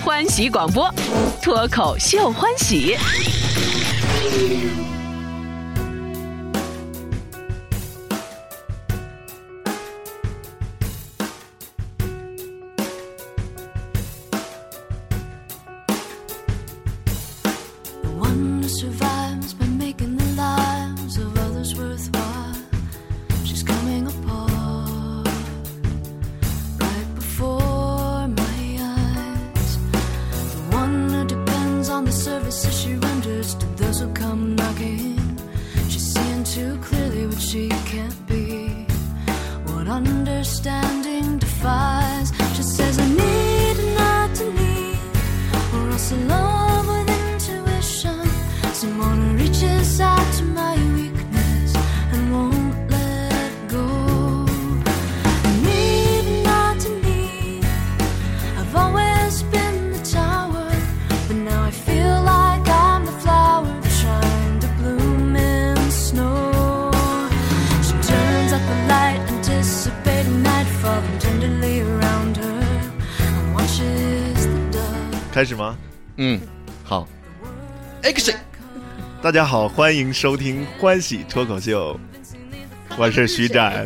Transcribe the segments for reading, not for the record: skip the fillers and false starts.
欢喜广播，脱口秀欢喜。 开始吗？ 好 Action。 大家好，欢迎收听欢喜脱口秀，我是徐展。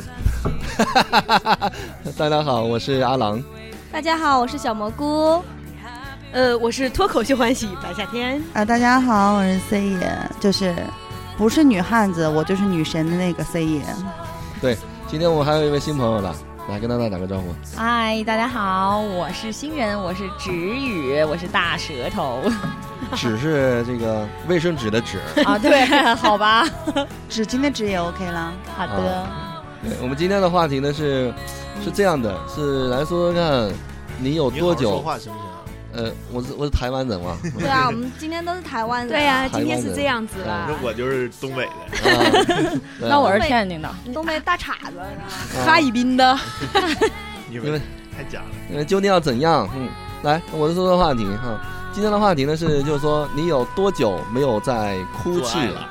大家好，我是阿郎。 大家好，我是小蘑菇。 我是脱口秀欢喜白夏天。 大家好，我是 C 爷，就是不是女汉子，我就是女神的那个 C 爷。 对，今天我们还有一位新朋友了，来跟大家打个招呼。 嗨，大家好，我是新人，我是芷雨，我是大舌头。 纸是这个卫生纸的纸啊，对，好吧， 纸巾的纸也 OK 了。 好的。 对，我们今天的话题呢是这样的，是来说说看你有多久。 你好好说话行不行？ 我是台湾人嘛。 对啊，我们今天都是台湾人。 对呀，今天是这样子啦。 我就是东北的。 那我是天津的，东北大碴子， 哈尔滨的。 你们太假了。 究竟要怎样？来，我就说说话题哈。今天的话题呢是，就是说你有多久没有再哭泣了？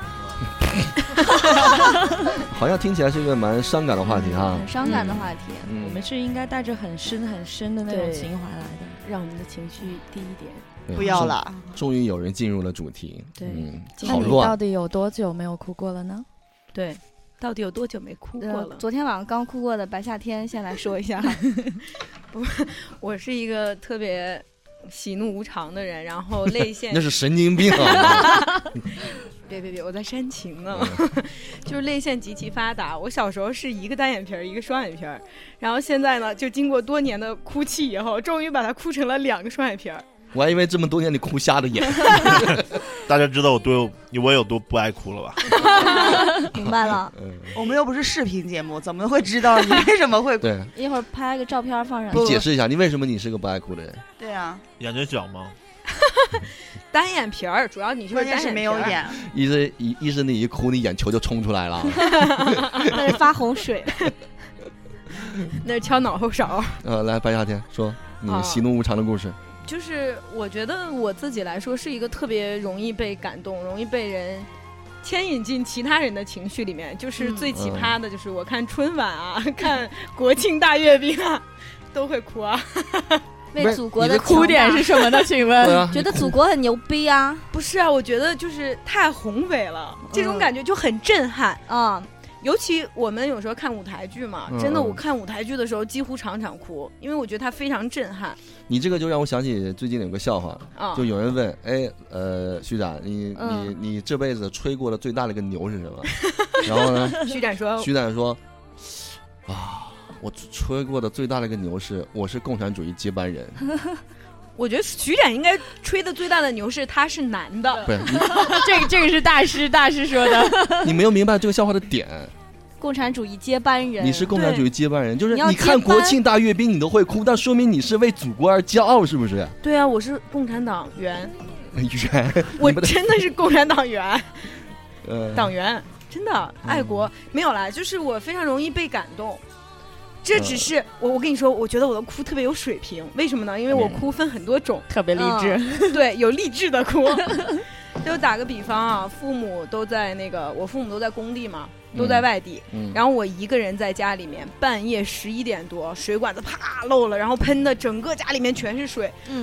好像听起来是一个蛮伤感的话题哈。 很伤感的话题。我们是应该带着很深很深的那种情怀来的， 让我们的情绪低一点。 不要了。 终于有人进入了主题。 对， 好乱。 到底有多久没有哭过了呢？ 对，到底有多久没哭过了？ 昨天晚上刚哭过的白夏天先来说一下。 我是一个特别喜怒无常的人，然后泪腺那是神经病啊！ 别，我在煽情呢。就是泪腺极其发达。我小时候是一个单眼皮儿，一个双眼皮儿，然后现在呢，就经过多年的哭泣以后，终于把它哭成了2个双眼皮儿。 我还以为这么多年你哭瞎的眼。 大家知道我有多不爱哭了吧？ 明白了。 我们又不是视频节目，怎么会知道你为什么会哭？ 对， 一会儿拍个照片放上。 你解释一下，你为什么你是个不爱哭的人？ 对啊， 眼睛小吗？ 单眼皮儿，主要你就是单眼皮儿， 没有眼。 一是你一哭，你眼球就冲出来了。 那是发洪水。 那是敲脑后勺。 来，白夏天说你喜怒无常的故事。 就是我觉得我自己来说是一个特别容易被感动，容易被人牵引进其他人的情绪里面。就是最奇葩的就是我看春晚啊，看国庆大阅兵啊，都会哭啊。 为祖国的哭点是什么呢？请问？ 觉得祖国很牛逼啊？ 不是啊，我觉得就是太宏伟了，这种感觉就很震撼啊。尤其我们有时候看舞台剧嘛，真的，我看舞台剧的时候几乎场场哭，因为我觉得它非常震撼。 你这个就让我想起最近有个笑话，就有人问，徐展，你这辈子吹过的最大的一个牛是什么？然后呢， 徐展说， 我吹过的最大的一个牛是我是共产主义接班人。 我觉得徐展应该吹的最大的牛是他是男的。 不是， 这个是大师说的。 你没有明白这个笑话的点。 共产主义接班人， 你是共产主义接班人，就是你看国庆大阅兵你都会哭，但说明你是为祖国而骄傲，是不是？ 对啊，我是共产党员。 我真的是共产党员。党员真的爱国。没有啦，就是我非常容易被感动。这只是我跟你说，我觉得我的哭特别有水平。为什么呢？因为我哭分很多种， 特别励志。 对，有励志的哭。就打个比方啊，我父母都在工地嘛，都在外地，然后我一个人在家里面，半夜11点多，水管子啪漏了，然后喷的整个家里面全是水。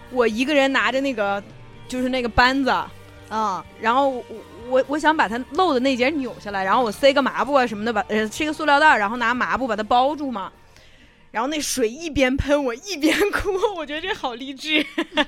我一个人拿着那个就是那个扳子啊，然后我想把它漏的那节扭下来，然后我塞个抹布啊什么的，塞个塑料袋，然后拿抹布把它包住嘛。然后那水一边喷我一边哭，我觉得这好励志。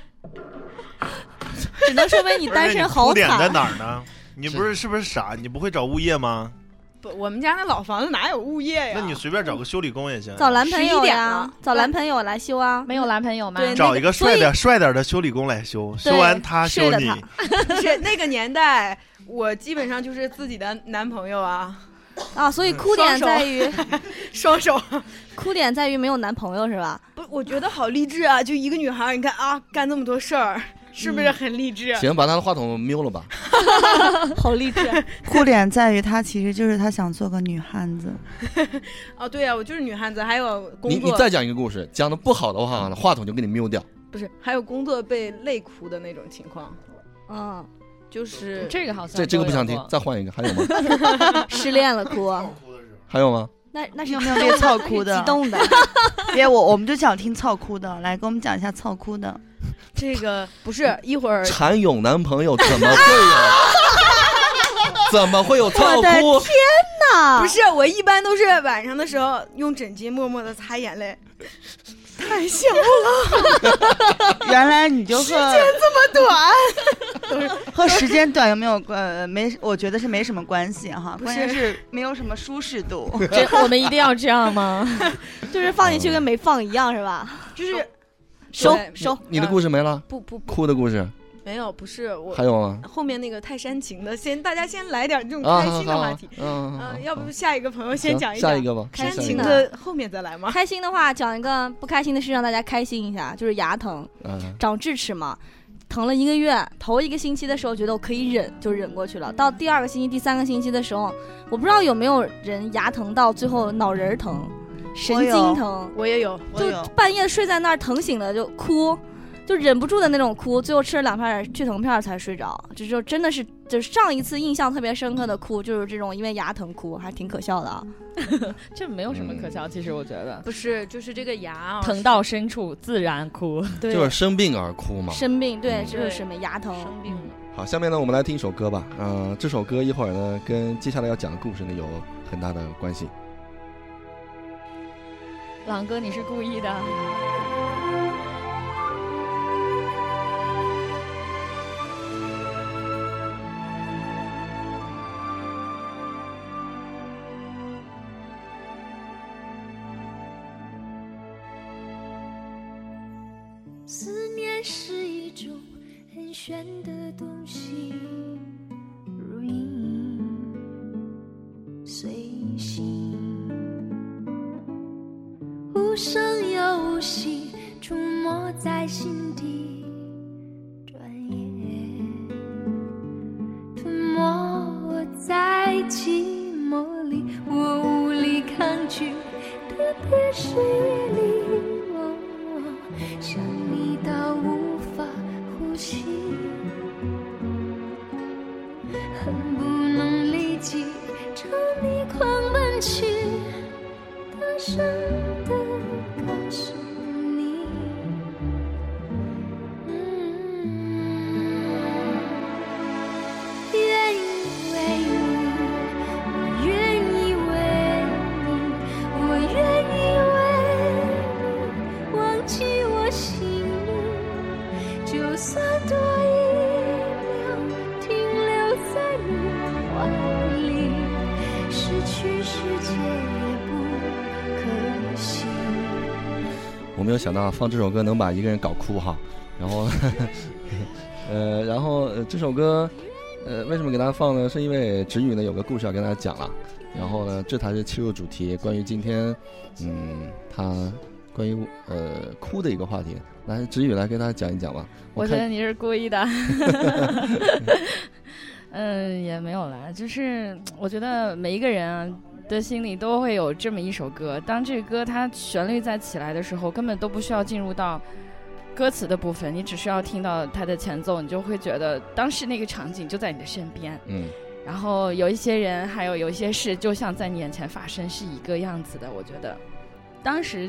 只能说明你单身好惨。 哭点在哪儿呢？你是不是傻？你不会找物业吗？ 不，我们家那老房子哪有物业呀？ 那你随便找个修理工也行。 找男朋友呀，找男朋友来修啊。 没有男朋友吗？ 对， 找一个帅点的修理工来修，修完他修你。 是那个年代，我基本上就是自己的男朋友啊。 所以哭点在于双手， 哭点在于没有男朋友是吧？ 不，我觉得好励志啊！就一个女孩，你看啊，干这么多事儿。是不是很励志？ 行，把他的话筒瞄了吧。 好励志。 哭点在于他其实就是他想做个女汉子。 哦，对啊，我就是女汉子，还有工作。 你再讲一个故事，讲的不好的话，话筒就给你瞄掉。 不是，还有工作被累哭的那种情况。就是这个好像这个不想听，再换一个，还有吗？ 失恋了哭。 还有吗？ 那是有没有别操哭的？ 激动的。 别我们就想听操哭的，来给我们讲一下操哭的。 这个不是一会儿蚕蛹男朋友怎么会有？怎么会有操哭？ 我的天哪！ 不是，我一般都是晚上的时候用枕巾默默的擦眼泪。太小了， 原来你就和时间这么短， 和时间短有没有没？我觉得是没什么关系哈，关键是没有什么舒适度。 我们一定要这样吗？ 就是放进去跟没放一样是吧？ 就是收。 你的故事没了？ 不， 哭的故事没有，不是我。 还有吗？ 后面那个太煽情的，大家先来点这种开心的话题。要不下一个朋友先讲一讲。 下一个吧。 煽情的后面再来吗？ 开心的话讲一个不开心的事，让大家开心一下，就是牙疼，长智齿嘛，疼了1个月。头1个星期的时候觉得我可以忍，就忍过去了。到第2个星期、第3个星期的时候，我不知道有没有人牙疼到最后脑仁疼、神经疼。 我也有， 就半夜睡在那儿疼醒了就哭。就忍不住的那种哭，最后吃了2片去疼片才睡着。这就真的是，就是上一次印象特别深刻的哭，就是这种因为牙疼哭，还挺可笑的啊。 这没有什么可笑，其实我觉得不是，就是这个牙疼到深处自然哭， 对，就是生病而哭嘛。 生病，对，就是生病，牙疼。 生病。 好，下面呢，我们来听一首歌吧。这首歌一会儿呢，跟接下来要讲的故事呢有很大的关系。 朗哥，你是故意的。 思念是一种很玄的东西，如影随形，无声又无息，出没在心底，转眼吞没我在寂寞里，我无力抗拒，特别是夜里，想你到无法呼吸，恨不能立即朝你狂奔去，大声地告诉你，愿意为你，我愿意为你，我愿意为你忘记我心里，就算多1秒停留在你怀里，失去世界也不可惜。 我没有想到放这首歌能把一个人搞哭哈，然后这首歌为什么给大家放呢？是因为芷宇呢有个故事要跟大家讲了，然后呢这才是切入主题，关于今天他关于哭的一个话题。来，芷宇来跟大家讲一讲吧。 我觉得你是故意的。也没有啦，就是我觉得每一个人啊的心里都会有这么一首歌，当这个歌它旋律在起来的时候，根本都不需要进入到歌词的部分，你只需要听到它的前奏，你就会觉得当时那个场景就在你的身边。然后有一些人还有一些事就像在你眼前发生，是一个样子的。我觉得当时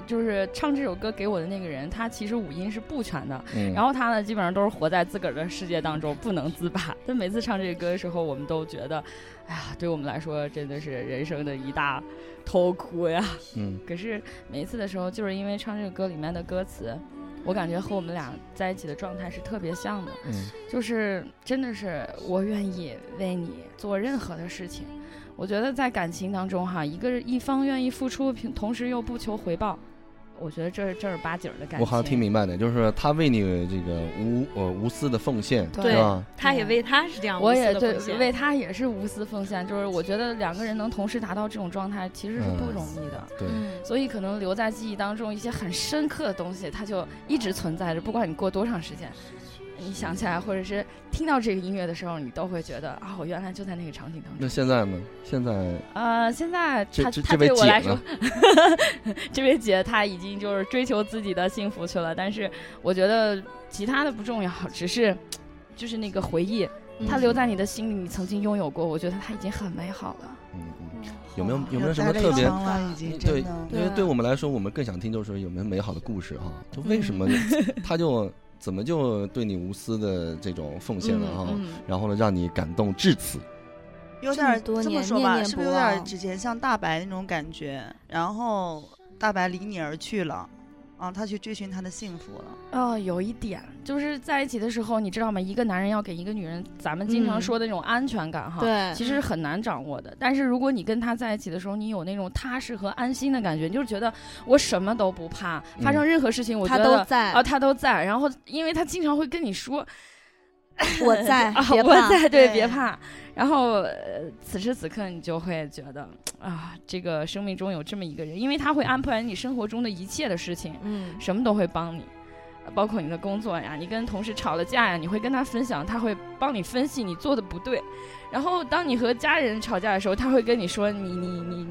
就是唱这首歌给我的那个人，他其实五音是不全的，然后他呢基本上都是活在自个儿的世界当中不能自拔。他每次唱这个歌的时候，我们都觉得，哎呀，对我们来说真的是人生的一大痛苦呀。可是每一次的时候，就是因为唱这个歌里面的歌词，我感觉和我们俩在一起的状态是特别像的，就是真的是我愿意为你做任何的事情。我觉得在感情当中哈，一方愿意付出，同时又不求回报，我觉得这是正儿八经的感情。 我好像听明白的，就是他为你这个无私的奉献， 对吧？ 他也为他是这样无我私的奉献， 也对，为他也是无私奉献。就是我觉得两个人能同时达到这种状态，其实是不容易的。 对， 所以可能留在记忆当中一些很深刻的东西，它就一直存在着，不管你过多长时间。你想起来，或者是听到这个音乐的时候，你都会觉得啊，我原来就在那个场景当中。 那现在呢？现在他对我来说，这位姐她已经就是追求自己的幸福去了。但是我觉得其他的不重要，只是就是那个回忆，它留在你的心里，你曾经拥有过，我觉得它已经很美好了。 有没有什么特别？ 对， 因为对我们来说，我们更想听就是有没有美好的故事哈？就为什么他就怎么就对你无私的这种奉献了哈？然后呢，让你感动至此。 有点这么说吧， 念念是不是有点之前像大白那种感觉？然后大白离你而去了。他去追寻他的幸福了。 有一点就是在一起的时候，你知道吗？一个男人要给一个女人，咱们经常说的那种安全感哈， 对， 其实很难掌握的。但是如果你跟他在一起的时候，你有那种踏实和安心的感觉，你就是觉得我什么都不怕，发生任何事情，我觉得他都在他都在。然后因为他经常会跟你说。 我在，别怕， 我在，对，别怕。然后此时此刻，你就会觉得这个生命中有这么一个人，因为他会安排你生活中的一切的事情，什么都会帮你，包括你的工作呀，你跟同事吵了架呀，你会跟他分享，他会帮你分析你做的不对。然后当你和家人吵架的时候，他会跟你说你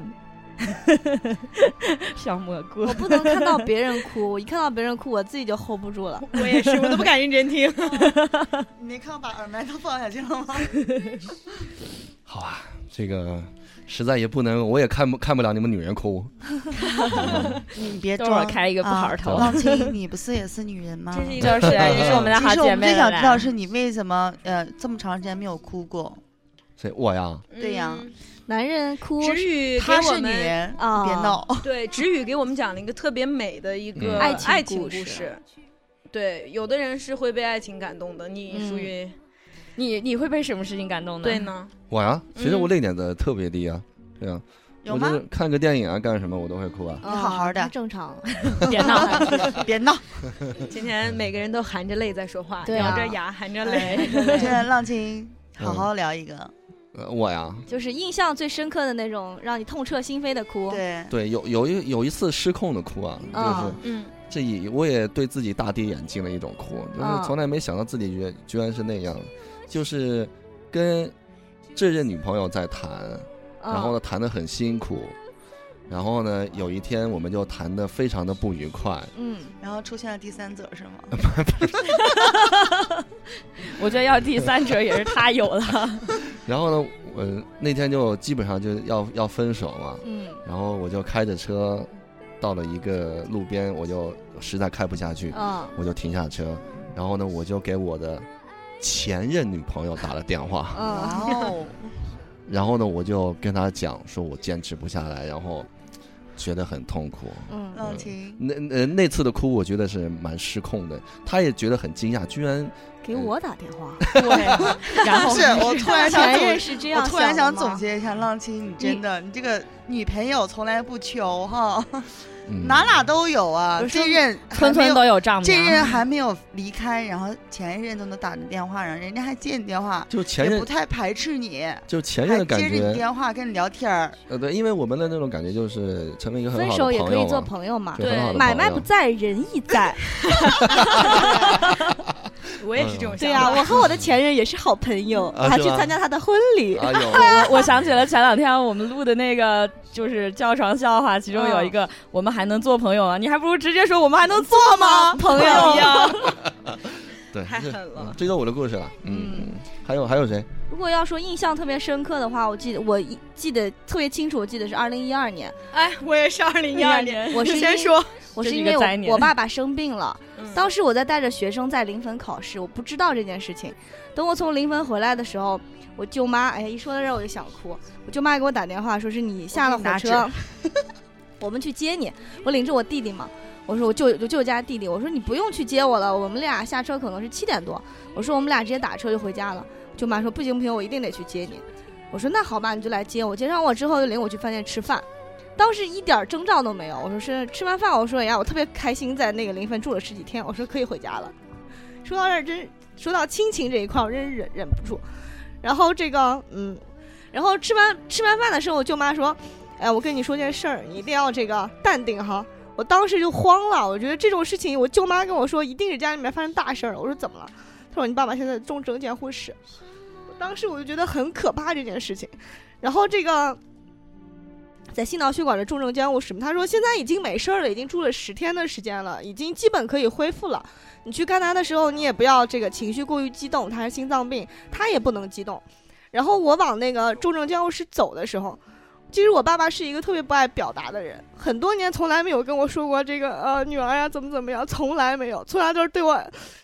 小蘑菇， 我不能看到别人哭，我一看到别人哭，我自己就 hold 不住了。 我也是，我都不敢认真听。 你没看我把耳麦都放下去了吗？ 好啊，这个实在也不能，我也看不了你们女人哭。 你别装， 开一个不好头。 浪青，你不是也是女人吗？ 这是一个是，你是我们的好姐妹。 其实我们最想知道是你为什么这么长时间没有哭过？ 谁？我呀？ 对呀。 男人哭， 直宇他是女人啊，别闹。 对，直宇给我们讲了一个特别美的一个爱情故事。对，有的人是会被爱情感动的，你属于你会被什么事情感动的？ 对呢， 我呀，其实我泪点的特别低啊，对啊， 有吗？ 我就是看个电影啊，干什么我都会哭啊。 你好好的， 正常， 别闹， 别闹。 今天每个人都含着泪在说话， 对咬着牙含着泪。 现在浪青，好好聊一个。 我呀， 就是印象最深刻的那种让你痛彻心扉的哭。 对， 有一次失控的哭啊，就是我也对自己大跌眼镜的一种哭，就是从来没想到自己居然是那样，就是跟这任女朋友在谈，然后呢谈得很辛苦。然后呢，有一天我们就谈得非常的不愉快， 然后出现了第三者是吗？ 我觉得要第三者也是他有了。 然后呢，我那天就基本上就要分手嘛，然后我就开着车到了一个路边，我就实在开不下去，我就停下车，然后呢，我就给我的前任女朋友打了电话，然后呢，我就跟她讲说我坚持不下来，然后觉得很痛苦。 浪青， 那次的哭，我觉得是蛮失控的。她也觉得很惊讶，居然给我打电话。 对，然后是我突然想前任是这样， 我突然想总结一下，浪青，你真的，你这个女朋友从来不求哈。哪都有啊，这任村村都有丈母娘， 这任还没有离开，然后前一任都能打着电话，然后人家还接你电话， 就前任也不太排斥你， 就前任的感觉， 接着你电话跟你聊天对，因为我们的那种感觉就是成为一个很好的分手也可以做朋友嘛， 对， 买卖不在，人亦在。 我也是这种想法。 对呀，我和我的前任也是好朋友，我还去参加他的婚礼。 我想起了前两天我们录的那个就是叫床笑话，其中有一个我们还能做朋友啊，你还不如直接说我们还能做吗？朋友呀。 对， 太狠了。 这就是我的故事了。还有谁？ 如果要说印象特别深刻的话，我记得特别清楚，我记得是2012年。 哎，我也是2012年。 我是先说， 我是因为我爸爸生病了，当时我在带着学生在临汾考试，我不知道这件事情。等我从临汾回来的时候，我舅妈，哎呀，一说到这我就想哭。我舅妈给我打电话，说是你下了火车，我们去接你。我领着我弟弟嘛，我说我舅家弟弟，我说你不用去接我了，我们俩下车可能是7点多，我说我们俩直接打车就回家了。舅妈说不行，我一定得去接你。我说那好吧，你就来接我。接上我之后就领我去饭店吃饭，当时一点征兆都没有。我说是吃完饭，我说呀，我特别开心，在那个临汾住了10几天，我说可以回家了。说到这儿，说到亲情这一块，我真是忍不住。然后然后吃完饭的时候，我舅妈说，哎，我跟你说件事儿，你一定要这个淡定哈。我当时就慌了，我觉得这种事情，我舅妈跟我说一定是家里面发生大事儿。我说怎么了？她说你爸爸现在重症监护室。当时我就觉得很可怕这件事情。然后在心脑血管的重症监护室，他说现在已经没事了，已经住了10天的时间了，已经基本可以恢复了。你去看他的时候，你也不要这个情绪过于激动，他是心脏病，他也不能激动。然后我往那个重症监护室走的时候，其实我爸爸是一个特别不爱表达的人，很多年从来没有跟我说过这个女儿呀怎么样，从来没有，从来都是对我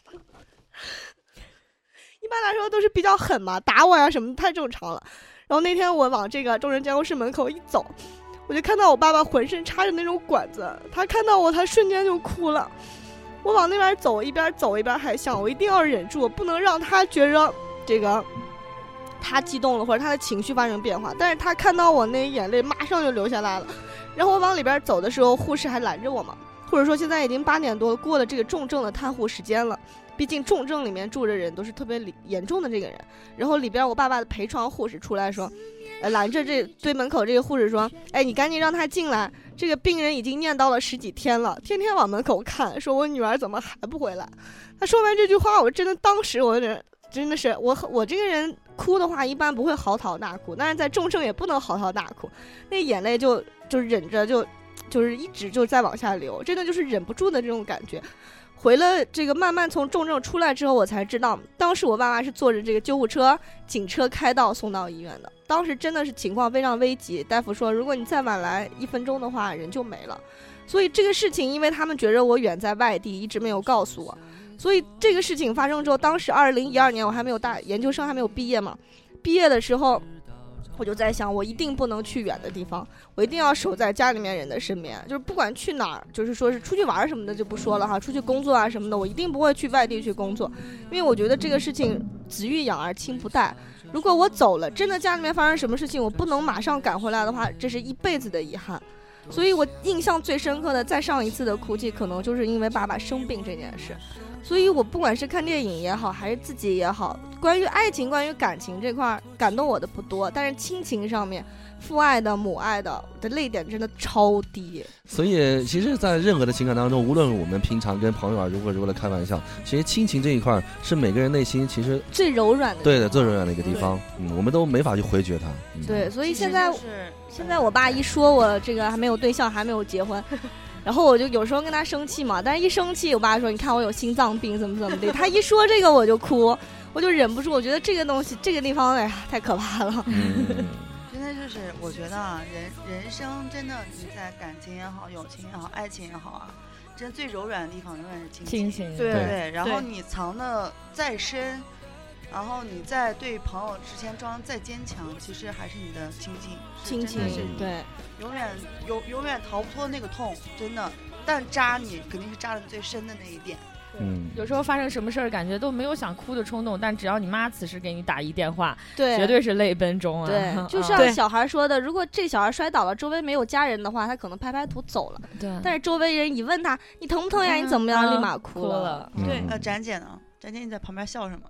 一般来说都是比较狠嘛，打我呀什么太正常了。然后那天我往这个重症监护室门口一走，我就看到我爸爸浑身插着那种管子，他看到我他瞬间就哭了。我往那边走，一边走一边还想，我一定要忍住，我不能让他觉着这个他激动了或者他的情绪发生变化。但是他看到我那眼泪马上就流下来了。然后我往里边走的时候，护士还拦着我嘛，或者说现在已经8点多了，过了这个重症的看护时间了，毕竟重症里面住着人都是特别严重的这个人。然后里边我爸爸的陪床护士出来说，拦着这对门口这个护士说，哎，你赶紧让他进来，这个病人已经念叨了10几天了，天天往门口看，说我女儿怎么还不回来。他说完这句话，我真的当时我真的是我这个人哭的话一般不会嚎啕大哭，但是在重症也不能嚎啕大哭，那眼泪就忍着就是一直就在往下流，真的就是忍不住的这种感觉。回了这个慢慢从重症出来之后，我才知道当时我爸爸是坐着这个救护车警车开道送到医院的。当时真的是情况非常危急，大夫说如果你再晚来1分钟的话人就没了。所以这个事情因为他们觉得我远在外地一直没有告诉我，所以这个事情发生之后，当时2012年我还没有研究生还没有毕业嘛，毕业的时候我就在想，我一定不能去远的地方，我一定要守在家里面人的身边，就是不管去哪儿，就是说是出去玩什么的就不说了哈，出去工作啊什么的，我一定不会去外地去工作，因为我觉得这个事情子欲养而亲不待，如果我走了，真的家里面发生什么事情我不能马上赶回来的话，这是一辈子的遗憾。所以我印象最深刻的再上一次的哭泣，可能就是因为爸爸生病这件事。所以我不管是看电影也好，还是自己也好，关于爱情关于感情这块感动我的不多，但是亲情上面父爱的母爱的泪点真的超低。 所以其实在任何的情感当中，无论我们平常跟朋友啊如何的开玩笑，其实亲情这一块是每个人内心其实最柔软的， 对的，最柔软的一个地方。我们都没法去回绝它。 对，所以现在我爸一说我这个还没有对象还没有结婚然后我就有时候跟他生气嘛，但是一生气我爸说你看我有心脏病怎么的，他一说这个我就哭，我就忍不住，我觉得这个东西这个地方哎呀太可怕了。 真的就是我觉得啊，人生真的你在感情也好，友情也好，爱情也好啊，真最柔软的地方永远是亲情。对，然后你藏的再深，然后你在对朋友之前装再坚强，其实还是你的亲情， 对， 永远逃不脱那个痛，真的。但扎你肯定是扎的最深的那一点。 有时候发生什么事儿，感觉都没有想哭的冲动，但只要你妈此时给你打一电话， 对， 绝对是泪奔中啊。 对，就像小孩说的，如果这小孩摔倒了，周围没有家人的话，他可能拍拍土走了。对，但是周围人一问他你疼不疼呀，你怎么样，立马哭了。 对，展姐呢？展姐你在旁边笑什么？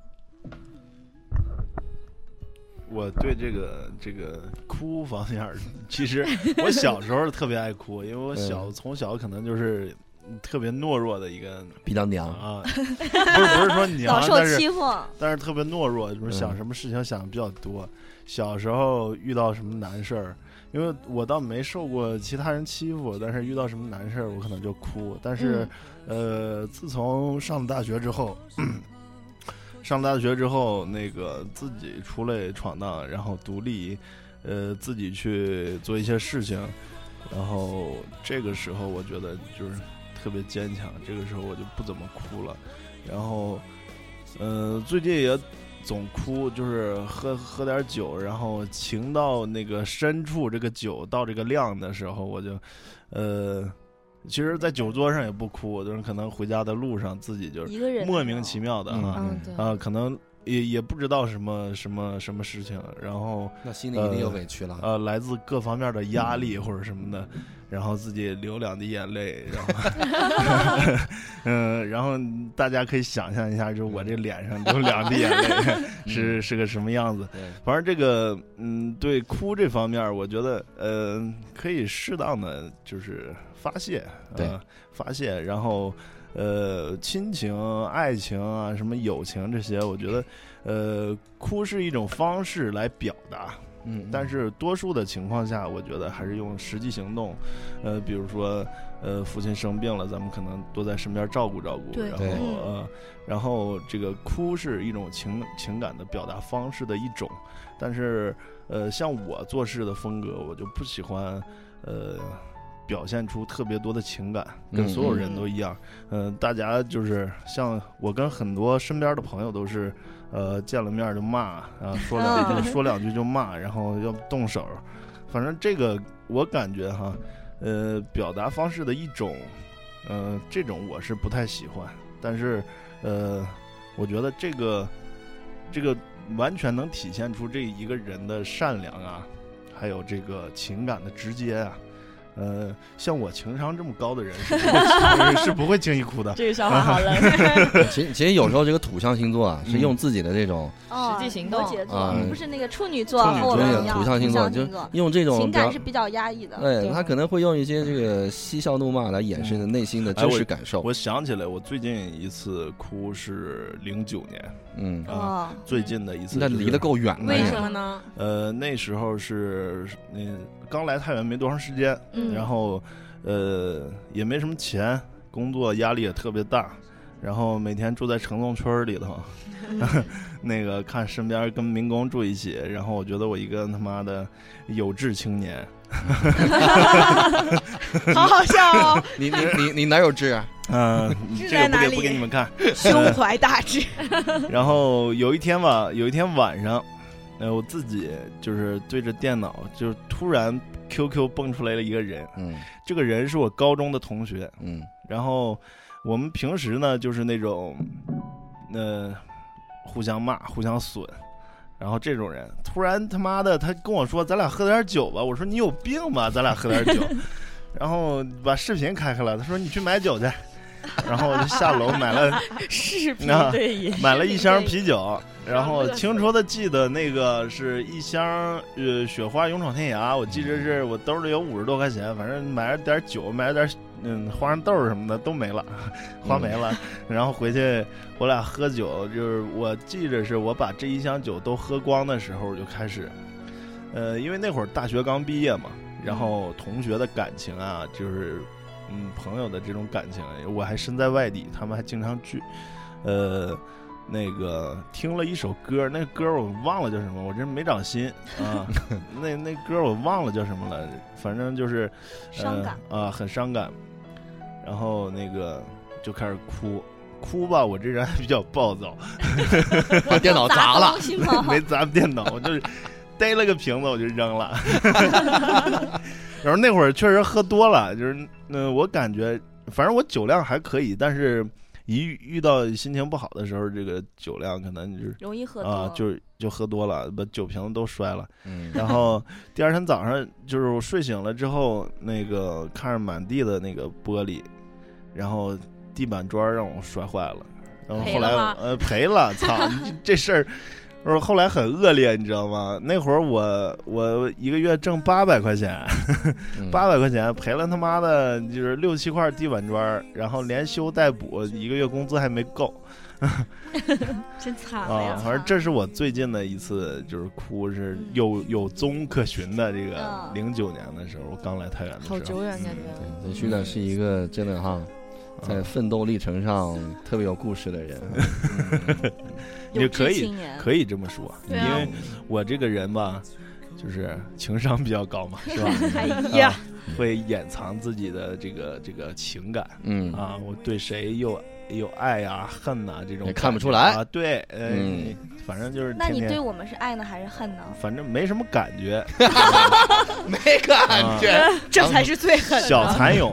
我对这个哭方面，其实我小时候特别爱哭，因为我从小可能就是特别懦弱的一个， 比较娘啊，不是说娘， 老受欺负， 但是特别懦弱，就是想什么事情想的比较多。小时候遇到什么难事儿，因为我倒没受过其他人欺负，但是遇到什么难事儿我可能就哭。但是自从上了大学之后， 上大学之后，那个自己出来闯荡，然后独立，自己去做一些事情，然后这个时候我觉得就是特别坚强，这个时候我就不怎么哭了，然后，最近也总哭，就是喝点酒，然后情到那个深处，这个酒到这个量的时候，我就，其实，在酒桌上也不哭，就是可能回家的路上自己就是莫名其妙的可能也不知道什么事情，然后那心里一定有委屈了， 来自各方面的压力或者什么的，然后自己流两滴眼泪，然后然后大家可以想象一下，就是我这脸上流两滴眼泪是个什么样子。反正这个对哭这方面，我觉得可以适当的就是发泄，发泄，然后亲情、爱情啊，什么友情这些，我觉得哭是一种方式来表达。但是多数的情况下，我觉得还是用实际行动，比如说，父亲生病了，咱们可能多在身边照顾照顾，然后这个哭是一种情感的表达方式的一种，但是像我做事的风格，我就不喜欢表现出特别多的情感，跟所有人都一样。大家就是像我跟很多身边的朋友都是。见了面就骂啊，说两句就骂，然后要动手，反正这个我感觉哈，表达方式的一种，这种我是不太喜欢，但是我觉得这个完全能体现出这一个人的善良啊，还有这个情感的直接啊。像我情商这么高的人是不会轻易哭的。 这个笑话好冷。 其实有时候这个土象星座啊，是用自己的这种实际行动， 不是那个处女座和我们一样， 土象星座就用这种情感是比较压抑的。 对，他可能会用一些这个嬉笑怒骂来掩饰内心的真实感受。 我想起来，我最近一次哭是09年，最近的一次。 那离得够远的。 为什么呢？ 那时候是刚来太原没多长时间，然后也没什么钱，工作压力也特别大，然后每天住在城中村里头，那个看身边跟民工住一起，然后我觉得我一个他妈的有志青年， 好好笑哦！ 你哪有志啊？ 这个不给你们看， 胸怀大志。 然后有一天晚上。我自己就是对着电脑，就是突然 QQ 蹦出来了一个人，这个人是我高中的同学，然后我们平时呢就是那种，互相骂、互相损，然后这种人突然他妈的他跟我说咱俩喝点酒吧，我说你有病吧，咱俩喝点酒，然后把视频开了，他说你去买酒去。然后我就下楼买了视频对饮， 买了1箱啤酒，然后清楚的记得那个是1箱雪花勇闯天涯，我记着是我兜里有50多块钱，反正买了点酒，买了点花生豆什么的都没了，花没了，然后回去我俩喝酒，就是我记着是我把这1箱酒都喝光的时候就开始，因为那会儿大学刚毕业嘛，然后同学的感情啊，就是朋友的这种感情，我还身在外地，他们还经常聚，那个听了一首歌，那歌我忘了叫什么，我真没长心啊。那歌我忘了叫什么了，反正就是伤感啊，很伤感。然后那个就开始哭吧，我这人还比较暴躁， 把电脑砸了， 没砸电脑，我就是逮了个瓶子我就扔了。然后那会儿确实喝多了，就是我感觉反正我酒量还可以，但是一遇到心情不好的时候，这个酒量可能就是容易喝多啊，就喝多了，把酒瓶子都摔了。然后第二天早上就是我睡醒了之后，那个看着满地的那个玻璃，然后地板砖让我摔坏了，然后后来赔了，操，这事儿。后来很恶劣，你知道吗？那会儿我一个月挣800块钱，800块钱赔了他妈的就是6、7块地板砖，然后连修带补，一个月工资还没够， 真惨啊！反正这是我最近的一次就是哭，是有踪可循的。这个09年的时候，我刚来太原的时候， 好久远感觉。 对，徐的是一个真的哈。 在奋斗历程上特别有故事的人。 也可以这么说，因为我这个人吧，就是情商比较高嘛，是吧？ 哎呀， 会掩藏自己的这个情感，我对谁有爱呀、恨呐这种也看不出来啊。对，反正就是天天。 那你对我们是爱呢还是恨呢？ 反正没什么感觉， 没感觉， 这才是最狠的。 小蚕蛹，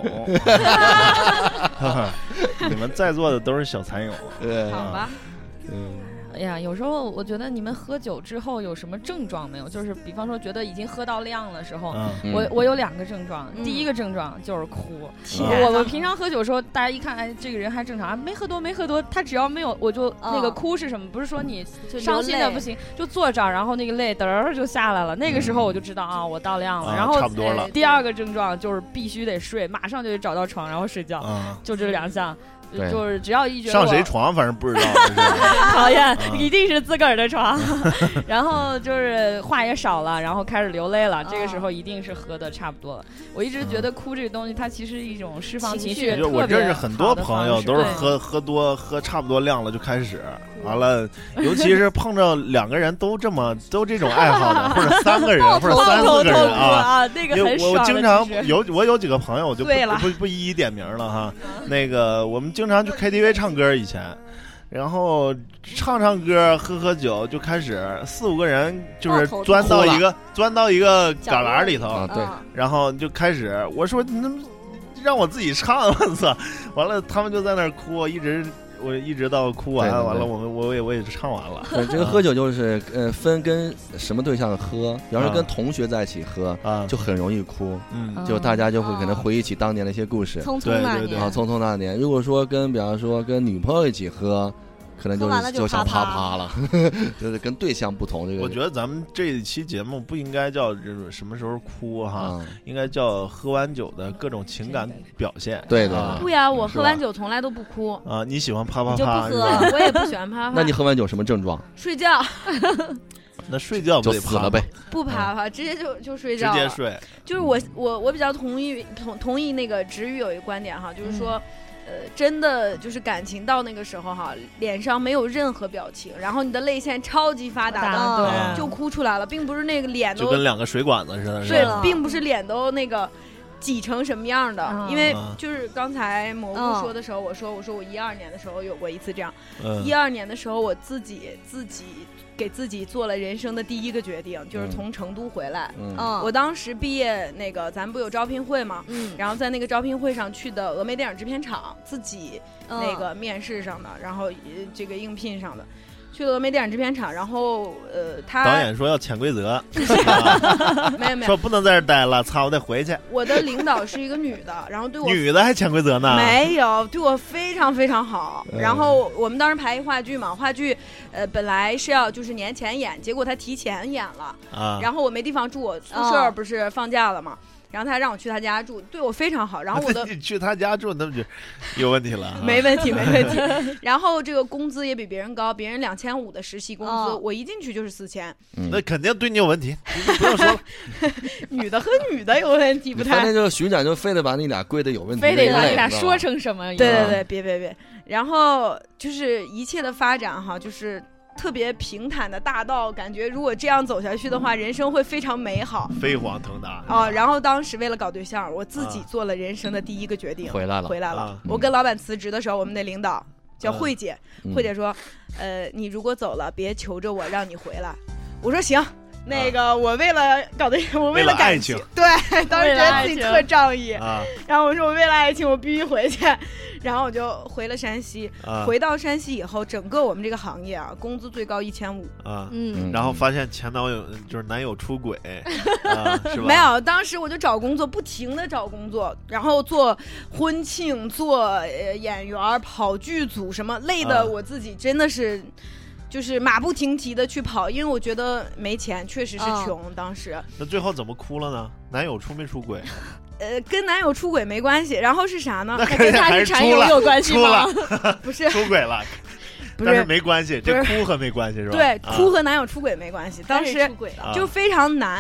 你们在座的都是小蚕蛹， 好吧？哎呀，有时候我觉得你们喝酒之后有什么症状没有？就是比方说觉得已经喝到量的时候，我有2个症状。第一个症状就是哭。我平常喝酒的时候，大家一看，哎，这个人还正常，没喝多，他只要没有，我就那个哭是什么？不是说你伤心的不行，就坐这儿，然后那个泪嘚儿就下来了。那个时候我就知道啊，我到量了。然后差不多了。 第2个症状就是必须得睡，马上就得找到床然后睡觉，就这2项。就是只要一觉得上谁床反正不知道， 讨厌，一定是自个儿的床。然后就是话也少了，然后开始流泪了，这个时候一定是喝的差不多了。我一直觉得哭这个东西，它其实是一种释放情绪。 我认识很多朋友都是喝差不多量了就开始，完了，尤其是碰着2个人都这种爱好的，或者3个人或者3、4个人啊， 那个很爽。 我经常我有几个朋友，我就不一一点名了哈。那个我们经常去 KTV 唱歌以前，然后唱歌喝酒就开始4、5个人就是钻到一个旮旯里头， 对， 然后就开始我说让我自己唱，我操，完了他们就在那儿哭，我一直到哭完，完了我也唱完了。 对，这个喝酒就是分跟什么对象喝，比方说跟同学在一起喝，就很容易哭，就大家就会可能回忆起当年的一些故事。 匆匆那年。如果说比方说跟女朋友一起喝，可能就想啪了，就是跟对象不同。这个我觉得咱们这一期节目不应该叫这种什么时候哭哈，应该叫喝完酒的各种情感表现。 对， 不呀，我喝完酒从来都不哭啊。你喜欢啪啪啪？ 就不喝，我也不喜欢啪啪。 那你喝完酒什么症状？ 睡觉。 那睡觉就死了呗？ 不啪啪，直接就睡觉， 直接睡。 就是我比较同意那个直宇有一个观点哈，就是说。真的就是感情到那个时候哈，脸上没有任何表情，然后你的泪腺超级发达的，就哭出来了，并不是那个脸都就跟2个水管子似的， 对，并不是脸都那个挤成什么样的，因为就是刚才蘑菇说的时候，我说我12年的时候有过一次这样，12年的时候我自己给自己做了人生的第1个决定，就是从成都回来。我当时毕业那个咱们不有招聘会吗？然后在那个招聘会上去的峨眉电影制片厂，自己那个面试上的，然后这个应聘上的。去了峨眉电影制片厂，然后他导演说要潜规则， 没有说不能在这儿待了，操，我得回去。 我的领导是一个女的，然后对我女的还潜规则呢？ 没有，对我非常非常好。然后我们当时排一话剧嘛，话剧本来是要就是年前演，结果他提前演了啊。然后我没地方住，我宿舍不是放假了嘛。然后他让我去他家住，对我非常好。然后你去他家住，那不就有问题了？ 没问题。然后这个工资也比别人高，别人2500的实习工资，我一进去就是4000。 那肯定对你有问题，你不用说了。 女的和女的有问题不太。 反正就徐展就非得把你俩归的有问题， 非得把你俩说成什么？ 对，别。然后就是一切的发展哈，就是。特别平坦的大道，感觉如果这样走下去的话，人生会非常美好， 飞黄腾达啊！然后当时为了搞对象，我自己做了人生的第1个决定， 回来了。 我跟老板辞职的时候，我们的领导叫慧姐，慧姐说，你如果走了，别求着我让你回来。我说行。那个我为了搞对象，我为了爱情， 对，当时觉得自己特仗义然后我说我为了爱情我必须回去，然后我就回了山西回到山西以后，整个我们这个行业啊，工资最高1500 然后发现前男友就是男友出轨是吧？ 没有，当时我就找工作，不停的找工作，然后做婚庆，做演员，跑剧组，什么累的我自己真的是就是马不停蹄的去跑，因为我觉得没钱，确实是穷。当时那最后怎么哭了呢？男友出没出轨？ 跟男友出轨没关系，然后是啥呢？ 那跟他是产友有关系吗？ 不是出轨了，但是没关系，这哭和没关系是吧？ 对，哭和男友出轨没关系。当时就非常难。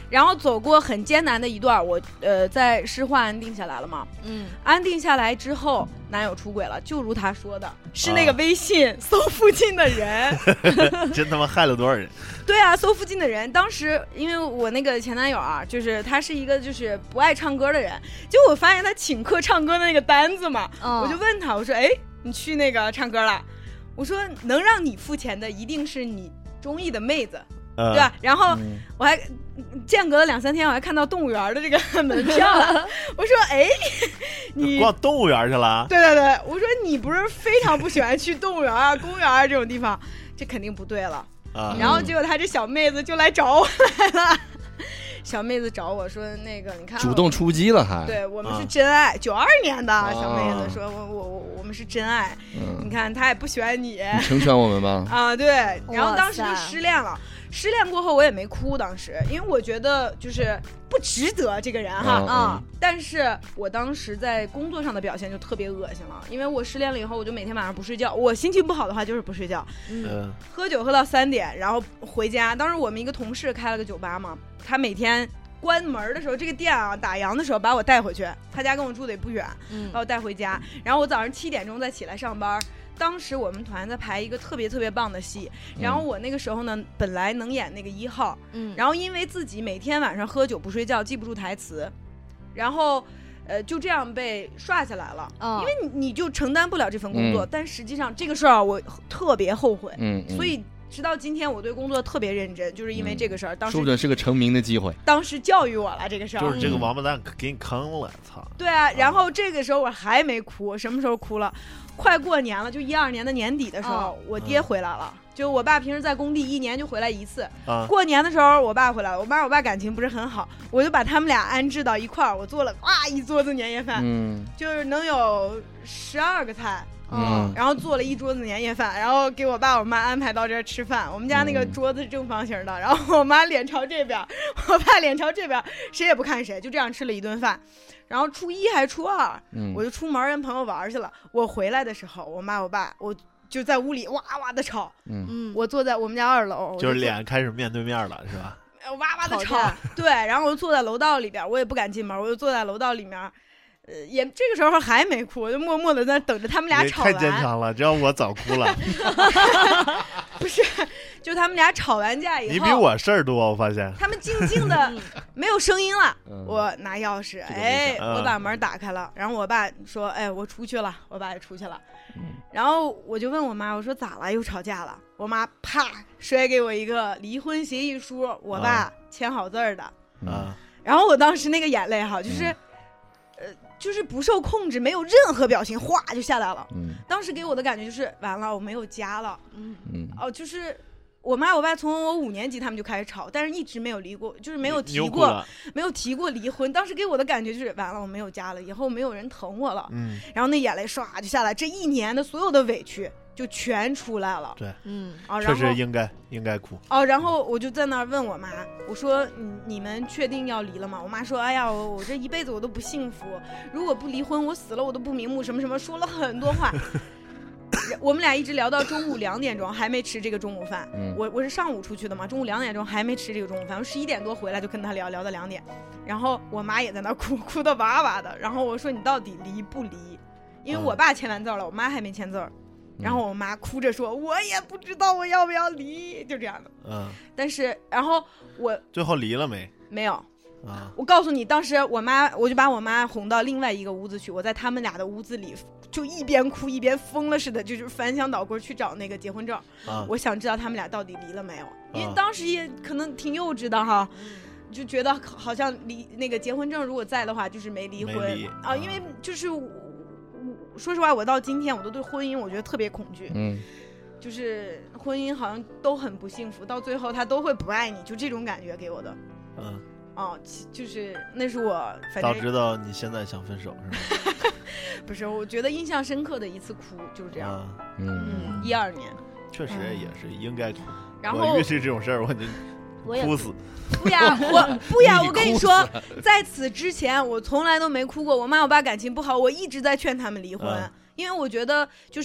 然后走过很艰难的一段，我在施化安定下来了嘛。安定下来之后，男友出轨了，就如他说的，是那个微信搜附近的人， 真他妈害了多少人？ 对啊，搜附近的人。当时因为我那个前男友啊，就是他是一个就是不爱唱歌的人，结果我发现他请客唱歌的那个单子嘛，我就问他，我说，哎，你去那个唱歌了？我说能让你付钱的一定是你中意的妹子。对吧？然后我还间隔了2-3天，我还看到动物园的这个门票了。我说：“哎，你逛动物园去了？” 对对对，我说你不是非常不喜欢去动物园啊、公园啊这种地方，这肯定不对了。然后结果他这小妹子就来找我来了。小妹子找我说：“那个，你看， 主动出击了还？ 对我们是真爱，92年的小妹子说，我们是真爱。你看他也不喜欢你， 你成全我们吧。 啊，对。然后当时就失恋了。失恋过后我也没哭，当时因为我觉得就是不值得这个人哈但是我当时在工作上的表现就特别恶心了，因为我失恋了以后，我就每天晚上不睡觉，我心情不好的话就是不睡觉，喝酒喝到3点，然后回家。当时我们一个同事开了个酒吧嘛，他每天关门的时候，这个店啊打烊的时候把我带回去，他家跟我住的也不远，把我带回家，然后我早上7点钟再起来上班。当时我们团在排一个特别特别棒的戏，然后我那个时候呢本来能演那个1号，然后因为自己每天晚上喝酒不睡觉，记不住台词，然后就这样被刷下来了，因为你就承担不了这份工作，但实际上这个事儿我特别后悔，所以直到今天我对工作特别认真，就是因为这个事儿，当时说不准是个成名的机会， 当时教育我了这个事儿， 就是这个王八蛋给你坑了，操！ 对啊，然后这个时候我还没哭，什么时候哭了？快过年了，就12年的年底的时候，我爹回来了。就我爸平时在工地1年就回来1次，过年的时候我爸回来了，我妈我爸感情不是很好，我就把他们俩安置到一块儿，我做了一桌子年夜饭，就是能有12个菜。然后做了1桌子年夜饭，然后给我爸我妈安排到这儿吃饭。我们家那个桌子是正方形的，然后我妈脸朝这边，我爸脸朝这边，谁也不看谁，就这样吃了一顿饭。然后初1还是初2，我就出门跟朋友玩去了。我回来的时候，我妈我爸我就在屋里哇哇的吵，我坐在我们家2楼， 就是脸开始面对面了，是吧？ 哇哇的吵，对。然后我就坐在楼道里边，我也不敢进门，我就坐在楼道里面。也这个时候还没哭，我就默默的在等着他们俩吵完。 太坚强了，这要我早哭了。 不是，就他们俩吵完架以后， 你比我事儿多，我发现。 他们静静的没有声音了，我拿钥匙，我把门打开了，然后我爸说，我出去了，我爸也出去了。然后我就问我妈，我说咋了？又吵架了？我妈啪摔给我一个离婚协议书，我爸签好字儿的。然后我当时那个眼泪哈，就是不受控制，没有任何表情，哗就下来了。当时给我的感觉就是完了，我没有家了。就是我妈我爸从我5年级他们就开始吵，但是一直没有离过，就是没有提过离婚。当时给我的感觉就是完了，我没有家了，以后没有人疼我了。然后那眼泪唰就下来，这1年的所有的委屈就全出来了。 对，确实应该哭。 然后我就在那儿问我妈，我说你们确定要离了吗？我妈说，哎呀，我这一辈子我都不幸福，如果不离婚，我死了我都不瞑目，什么什么，说了很多话。我们俩一直聊到中午2点钟，还没吃这个中午饭。我是上午出去的嘛，中午2点钟还没吃这个中午饭，我11点多回来就跟他聊到2点，然后我妈也在那哭得哇哇的。然后我说你到底离不离？因为我爸签完字了，我妈还没签字。然后我妈哭着说，我也不知道我要不要离，就这样的。但是然后我最后离了没？ 没有。我告诉你，当时我就把我妈哄到另外一个屋子去，我在他们俩的屋子里就一边哭一边疯了似的，就是翻箱倒柜去找那个结婚证。我想知道他们俩到底离了没有，因为当时也可能挺幼稚的哈，就觉得好像那个结婚证如果在的话就是没离婚因为就是说实话，我到今天我都对婚姻我觉得特别恐惧。就是婚姻好像都很不幸福，到最后他都会不爱你，就这种感觉给我的。就是那是我反正早知道你现在想分手是吗？ 不是，我觉得印象深刻的一次哭就是这样。12年确实也是应该哭。 然后我遇事这种事儿我就哭死。 不呀，我跟你说，在此之前我从来都没哭过。我妈我爸感情不好，我一直在劝他们离婚。因为我觉得就是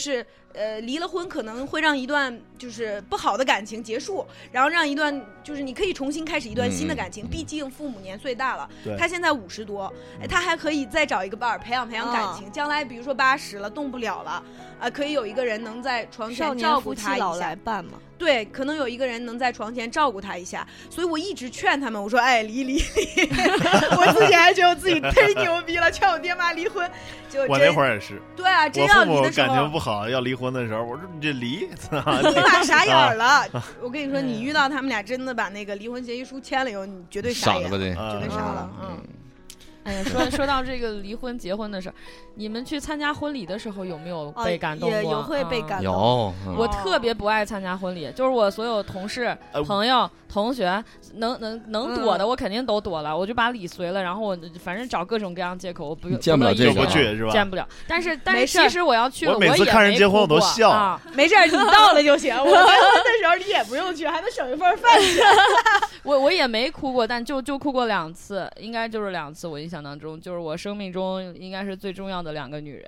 离了婚可能会让一段就是不好的感情结束，然后让一段就是你可以重新开始一段新的感情。毕竟父母年岁大了，他现在50多，他还可以再找一个伴儿培养感情。将来比如说80了动不了了，可以有一个人能在床前照顾他一下。 老来伴嘛。 对，可能有一个人能在床前照顾他一下，所以我一直劝他们，我说哎离我自己还觉得我自己忒牛逼了，劝我爹妈离婚。 我那会儿也是， 对啊，真要离的时候， 我父母感情不好要离婚的时候，我说你这离， 你俩傻眼了。我跟你说，你遇到他们俩真的把那个离婚协议书签了以后，你绝对傻眼，绝对傻了。 哎呀，说到这个离婚结婚的事儿，你们去参加婚礼的时候有没有被感动过？ 有会被感动。 有， 我特别不爱参加婚礼，就是我所有同事、朋友、同学能躲的，我肯定都躲了，我就把礼随了，然后我反正找各种各样借口，我不见不了这个， 是吧？ 见不了。但是其实我要去了， 我每次看人结婚我都笑， 没事，你到了就行。我结婚的时候你也不用去，还能省一份饭钱。 我也没哭过，但就哭过2次，应该就是2次。我印象当中，就是我生命中应该是最重要的2个女人。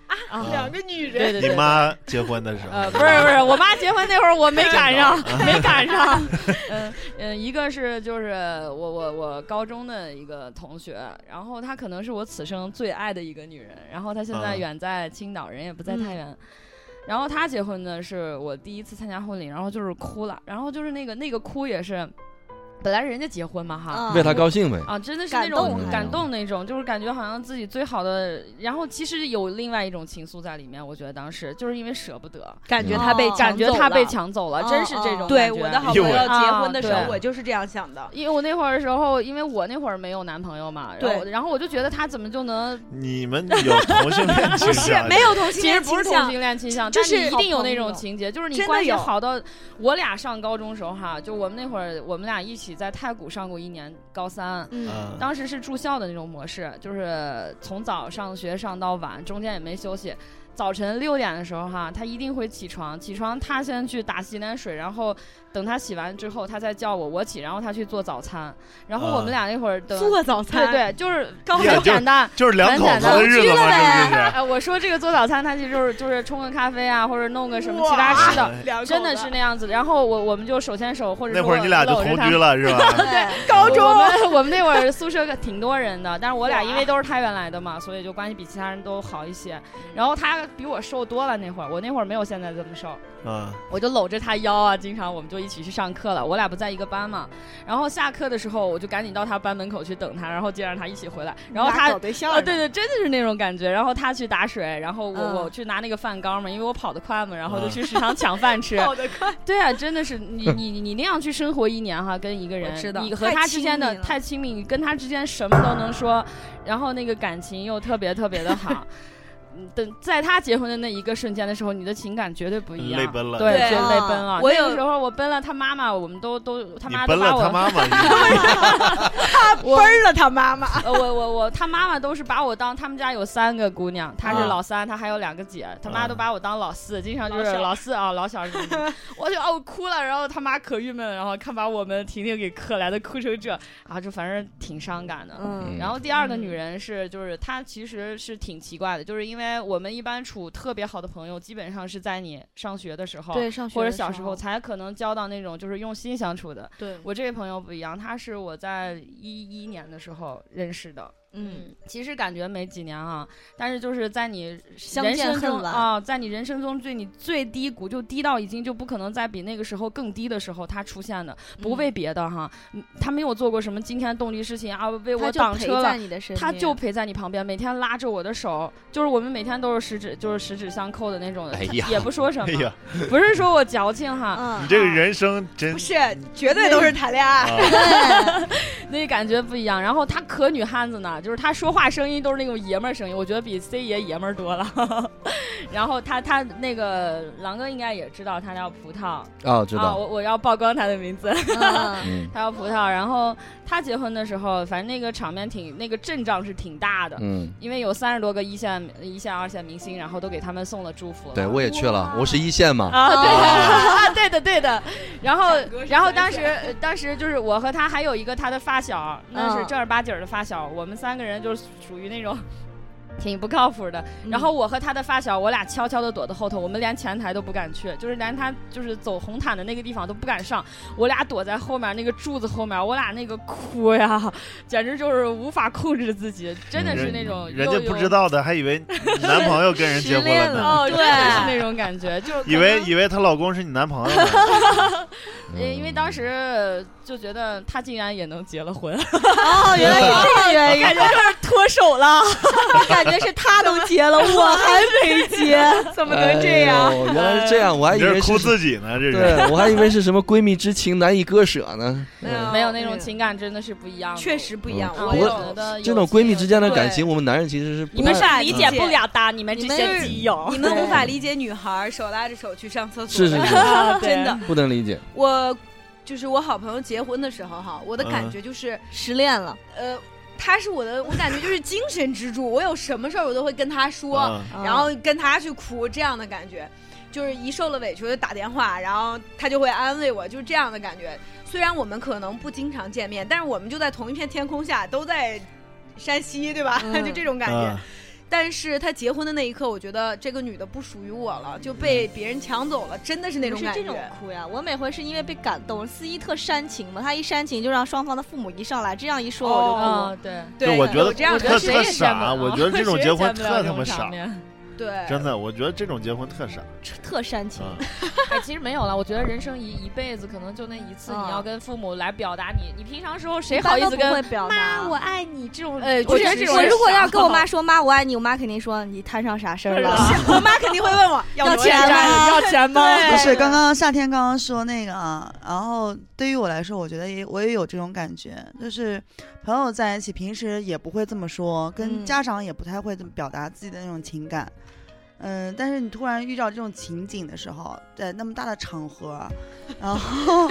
2个女人。 对， 你妈结婚的时候？ 不是，我妈结婚那会儿我没赶上，没赶上。一个是就是我高中的一个同学，然后她可能是我此生最爱的一个女人，然后她现在远在青岛，人也不在太原。然后她结婚呢，是我第一次参加婚礼，然后就是哭了，然后就是那个哭也是。本来人家结婚嘛哈， 为他高兴呗啊，真的是那种感动那种，就是感觉好像自己最好的，然后其实有另外一种情愫在里面。我觉得当时就是因为舍不得， 感觉他被抢走了，真是这种。 对，我的好朋友结婚的时候，我就是这样想的。 因为我那会儿的时候，因为我那会儿没有男朋友嘛，然后我就觉得他怎么就能？ 你们有同性恋倾向？ 不是，没有同性恋倾向， 其实不是同性恋倾向，但是一定有那种情节，就是你关系好到我俩上高中时候哈，就我们那会儿我们俩一起在太谷上过1年高3，当时是住校的那种模式，就是从早上学上到晚，中间也没休息。早晨6点的时候哈，他一定会起床他先去打洗脸水，然后等他洗完之后，他再叫我起，然后他去做早餐，然后我们俩那会儿做早餐， 对，就是很简单， 就是2口子的日子嘛，是不是？ 我说这个做早餐，他其实就是冲个咖啡啊，或者弄个什么其他吃的，真的是那样子。然后我们就手牵手，或者那会儿你俩就同居了是吧？ 对， 高中我们那会儿宿舍挺多人的，但是我俩因为都是太原来的嘛，所以就关系比其他人都好一些。然后他比我瘦多了，我那会儿没有现在这么瘦，我就搂着他腰啊，经常我们就一起去上课了。我俩不在一个班嘛，然后下课的时候我就赶紧到他班门口去等他，然后接着他一起回来。然后他搞对象， 对，真的是那种感觉。然后他去打水，然后我去拿那个饭缸嘛，因为我跑得快嘛，然后就去食堂抢饭吃。 跑得快， 对啊，真的是你那样去生活1年哈，跟一个人，你和他之间的太亲密，你跟他之间什么都能说，然后那个感情又特别特别的好。等在他结婚的那一个瞬间的时候，你的情感绝对不一样， 泪奔了， 对，就泪奔了。我有时候我奔了他妈妈，我们都他妈都把我， 他妈妈， 他奔了他妈妈。 他妈妈都是把我当，他们家有3个姑娘，他是老3，他还有2个姐，他妈都把我当老4，经常就是老4啊，老小什么。我就我哭了，然后他妈可郁闷了，然后看把我们婷婷给磕来的哭成这，然后就反正挺伤感的。然后第2个女人就是她其实是挺奇怪的，就是因为我们一般处特别好的朋友，基本上是在你上学的时候， 对，上学或者小时候才可能交到那种就是用心相处的。 对， 我这位朋友不一样，他是我在11年的时候认识的。其实感觉没几年啊，但是就是在你人生中啊，在你人生中你最低谷，就低到已经就不可能再比那个时候更低的时候，他出现的，不为别的哈，他没有做过什么惊天动地事情啊，为我挡车了，他就陪在你旁边，每天拉着我的手，就是我们每天都是十指相扣的那种，也不说什么，不是说我矫情哈， 你这个人生真不是绝对都是谈恋爱， 那感觉不一样。然后他可女汉子呢。就是他说话声音都是那种爷们儿声音，我觉得比 C 爷爷们儿多了。然后他那个狼哥应该也知道，他叫葡萄知道。 我要曝光他的名字，他叫葡萄。然后他结婚的时候，反正那个场面那个阵仗是挺大的，因为有30多个1线、2线明星，然后都给他们送了祝福。 对，我也去了，我是1线嘛。 对的。然后当时就是我和他还有一个他的发小，那是正儿八经的发小，我们3个人就是属于那种挺不靠谱的。然后我和他的发小，我俩悄悄的躲在后头，我们连前台都不敢去，就是连他就是走红毯的那个地方都不敢上，我俩躲在后面那个柱子后面，我俩那个哭呀，简直就是无法控制自己，真的是那种人家不知道的还以为男朋友跟人结婚了呢， 哦，真的是那种感觉，就以为她老公是你男朋友呢。 因为当时就觉得他竟然也能结了婚， 哦，原来是这个原因， 感觉就是脱手了， 感觉是他都结了，我还没结， 怎么能这样？ 原来是这样，我还以为是哭自己呢，这是。 对，我还以为是什么闺蜜之情难以割舍呢。 没有那种情感真的是不一样的， 确实不一样。 不过这种闺蜜之间的感情，我们男人其实是你们是理解不了的，你们这些基友， 你们无法理解女孩手拉着手去上厕所， 是真的不能理解。 就是我好朋友结婚的时候哈，我的感觉就是失恋了。 他是我感觉就是精神支柱，我有什么事儿我都会跟他说，然后跟他去哭，这样的感觉。就是一受了委屈就打电话，然后他就会安慰我，就是这样的感觉。虽然我们可能不经常见面，但是我们就在同一片天空下，都在山西，对吧？就这种感觉。但是他结婚的那一刻，我觉得这个女的不属于我了，就被别人抢走了，真的是那种感觉。 是这种哭呀！我每回是因为被感动，司仪特煽情嘛，他一煽情就让双方的父母一上来，这样一说我就哭。 对， 我觉得特傻，我觉得这种结婚特他妈傻。 对， 真的，我觉得这种结婚特傻， 特煽情。 其实没有了，我觉得人生一辈子可能就那一次，你要跟父母来表达你平常时候谁好意思跟妈我爱你这种？ 我觉得这种，我如果要跟我妈说妈我爱你，我妈肯定说你摊上啥事儿了？ 我妈肯定会问我要钱吗？ 要钱吗？ 不是，刚刚夏天刚刚说那个啊，然后对于我来说，我觉得我也有这种感觉，就是朋友在一起，平时也不会这么说，跟家长也不太会这么表达自己的那种情感。但是你突然遇到这种情景的时候，在那么大的场合，然后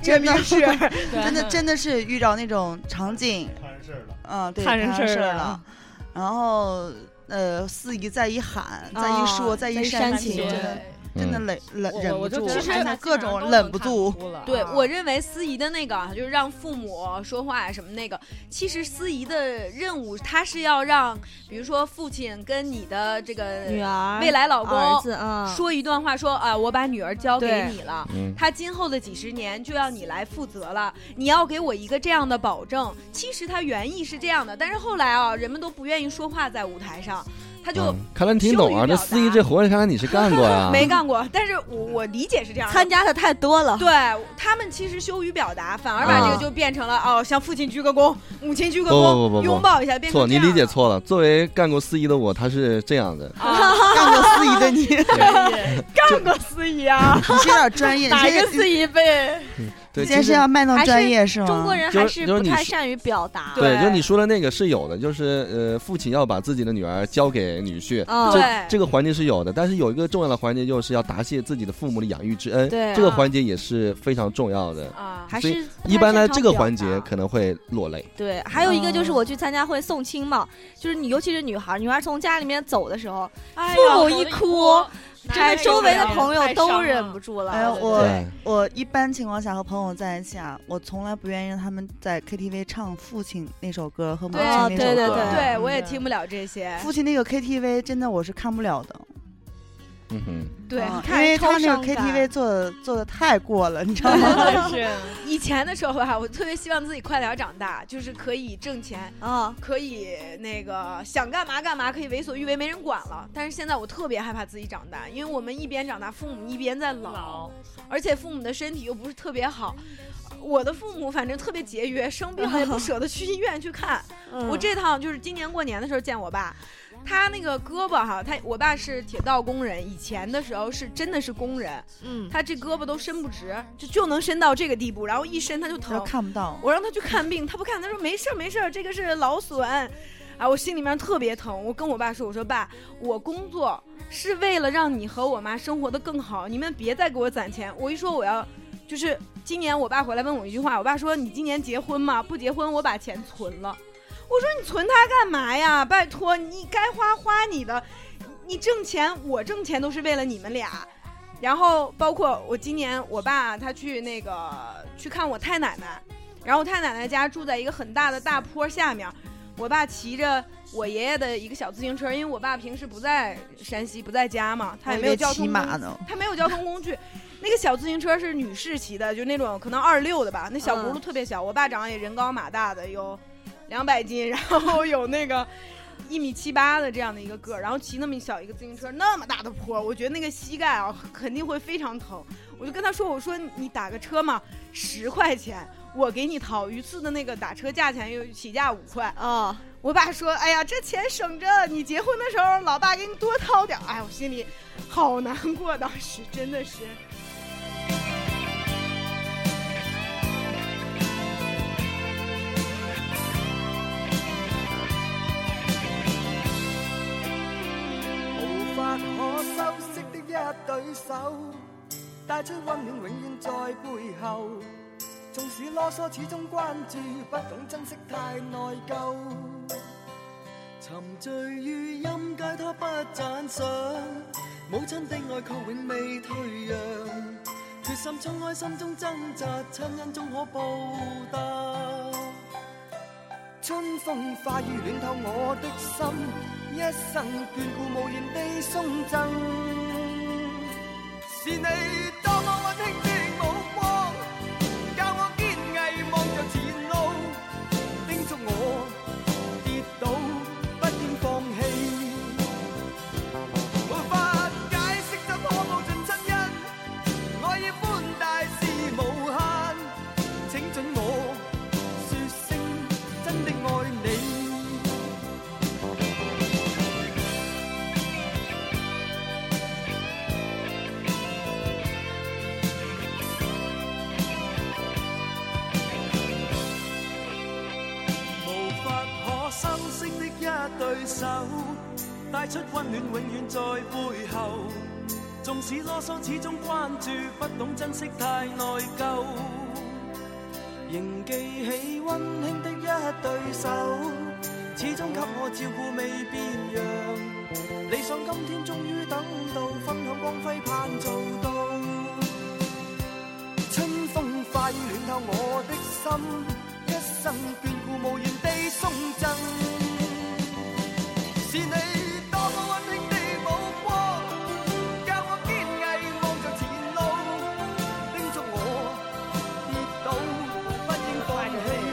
真的是遇到那种场景，对， 摊上事儿了。 然后司仪再一喊，再一说，再一煽情，真的忍不住，各种忍不住。 对，我认为司仪的那个就是让父母说话什么那个，其实司仪的任务他是要让，比如说父亲跟你的这个女儿、 未来老公儿子说一段话，说啊，我把女儿交给你了，他今后的几十年就要你来负责了，你要给我一个这样的保证。其实他原意是这样的，但是后来啊，人们都不愿意说话在舞台上。他就看来你挺懂啊，这司仪这活看来你是干过呀？ 没干过，但是我理解是这样的， 参加的太多了。 对，他们其实羞于表达，反而把这个就变成了向父亲鞠个躬，母亲鞠个躬，拥抱一下，变成错，你理解错了。作为干过司仪的我，他是这样的。 干过司仪的你， 干过司仪啊？ 你是有点专业， 哪个司仪被？ 今天是要卖弄专业是吗？ 中国人还是不太善于表达。 对，就你说的那个是有的，就是父亲要把自己的女儿交给女婿，这个环节是有的。但是有一个重要的环节，就是要答谢自己的父母的养育之恩，这个环节也是非常重要的啊。还是一般呢，这个环节可能会落泪。 对，还有一个就是我去参加会送亲嘛，就是你尤其是女孩从家里面走的时候，父母一哭。周围的朋友都忍不住了。 我一般情况下和朋友在一起啊，我从来不愿意让他们在 KTV 唱父亲那首歌和母亲那首歌。 对，我也听不了这些。 父亲那个 KTV 真的我是看不了的。 对， 因为他那个 KTV 做的太过了，你知道吗？ 是以前的时候吧，我特别希望自己快点长大，就是可以挣钱可以那个想干嘛干嘛，可以为所欲为，没人管了。但是现在我特别害怕自己长大，因为我们一边长大，父母一边在老，而且父母的身体又不是特别好。我的父母反正特别节约，生病了也不舍得去医院去看。我这趟就是今年过年的时候见我爸。他那个胳膊哈，我爸是铁道工人，以前的时候是真的是工人，他这胳膊都伸不直，就能伸到这个地步，然后一伸他就疼， 看不到。 我让他去看病，他不看，他说没事没事，这个是劳损，啊，我心里面特别疼。我跟我爸说，我说爸，我工作是为了让你和我妈生活的更好，你们别再给我攒钱。我一说我要，就是今年我爸回来问我一句话，我爸说你今年结婚吗？不结婚，我把钱存了。我说你存它干嘛呀？拜托，你该花你的，你挣钱我挣钱都是为了你们俩。然后包括我今年我爸他去看我太奶奶，然后太奶奶家住在一个很大的大坡下面，我爸骑着我爷爷的一个小自行车，因为我爸平时不在山西，不在家嘛，他也没有交通他没有交通工具。那个小自行车是女士骑的，就那种可能26的吧，那小轱辘特别小。我爸长得也人高马大的，有200斤，然后有那个1.78米的这样的一个个儿，然后骑那么小一个自行车，那么大的坡，我觉得那个膝盖啊肯定会非常疼。我就跟他说，我说你打个车嘛，10块钱，我给你掏，一次的那个打车价钱又起价5块啊。我爸说，哎呀，这钱省着，你结婚的时候老爸给你多掏点。哎，我心里好难过，当时真的是。 無法可修飾的一對手，帶出溫暖永遠在背後。縱使囉嗦，始終關注，不懂珍惜，太內疚。沉醉於音階，他不讚賞。母親的愛卻永未退讓，決心衝開心中掙扎，親恩終可報答。春風化雨暖透我的心，一生眷顧無言地送贈。是你多麼溫馨的目光，教我堅毅望着前路，叮囑我跌倒不應放棄。無法解釋怎可報盡親恩，愛意寬大是無限，請准我說聲真的愛你。修飾的一對手，帶出溫暖永遠在背後。縱使囉嗦，始終關注，不懂珍惜，太內疚。仍記起溫馨的一對手，始終給我照顧未變樣。理想今天終於等到，分享光輝盼做到。春風化雨暖透我的心，一生眷顧無言地送贈。是你多麼溫馨的目光，教我堅毅望着前路，叮囑我跌倒不應放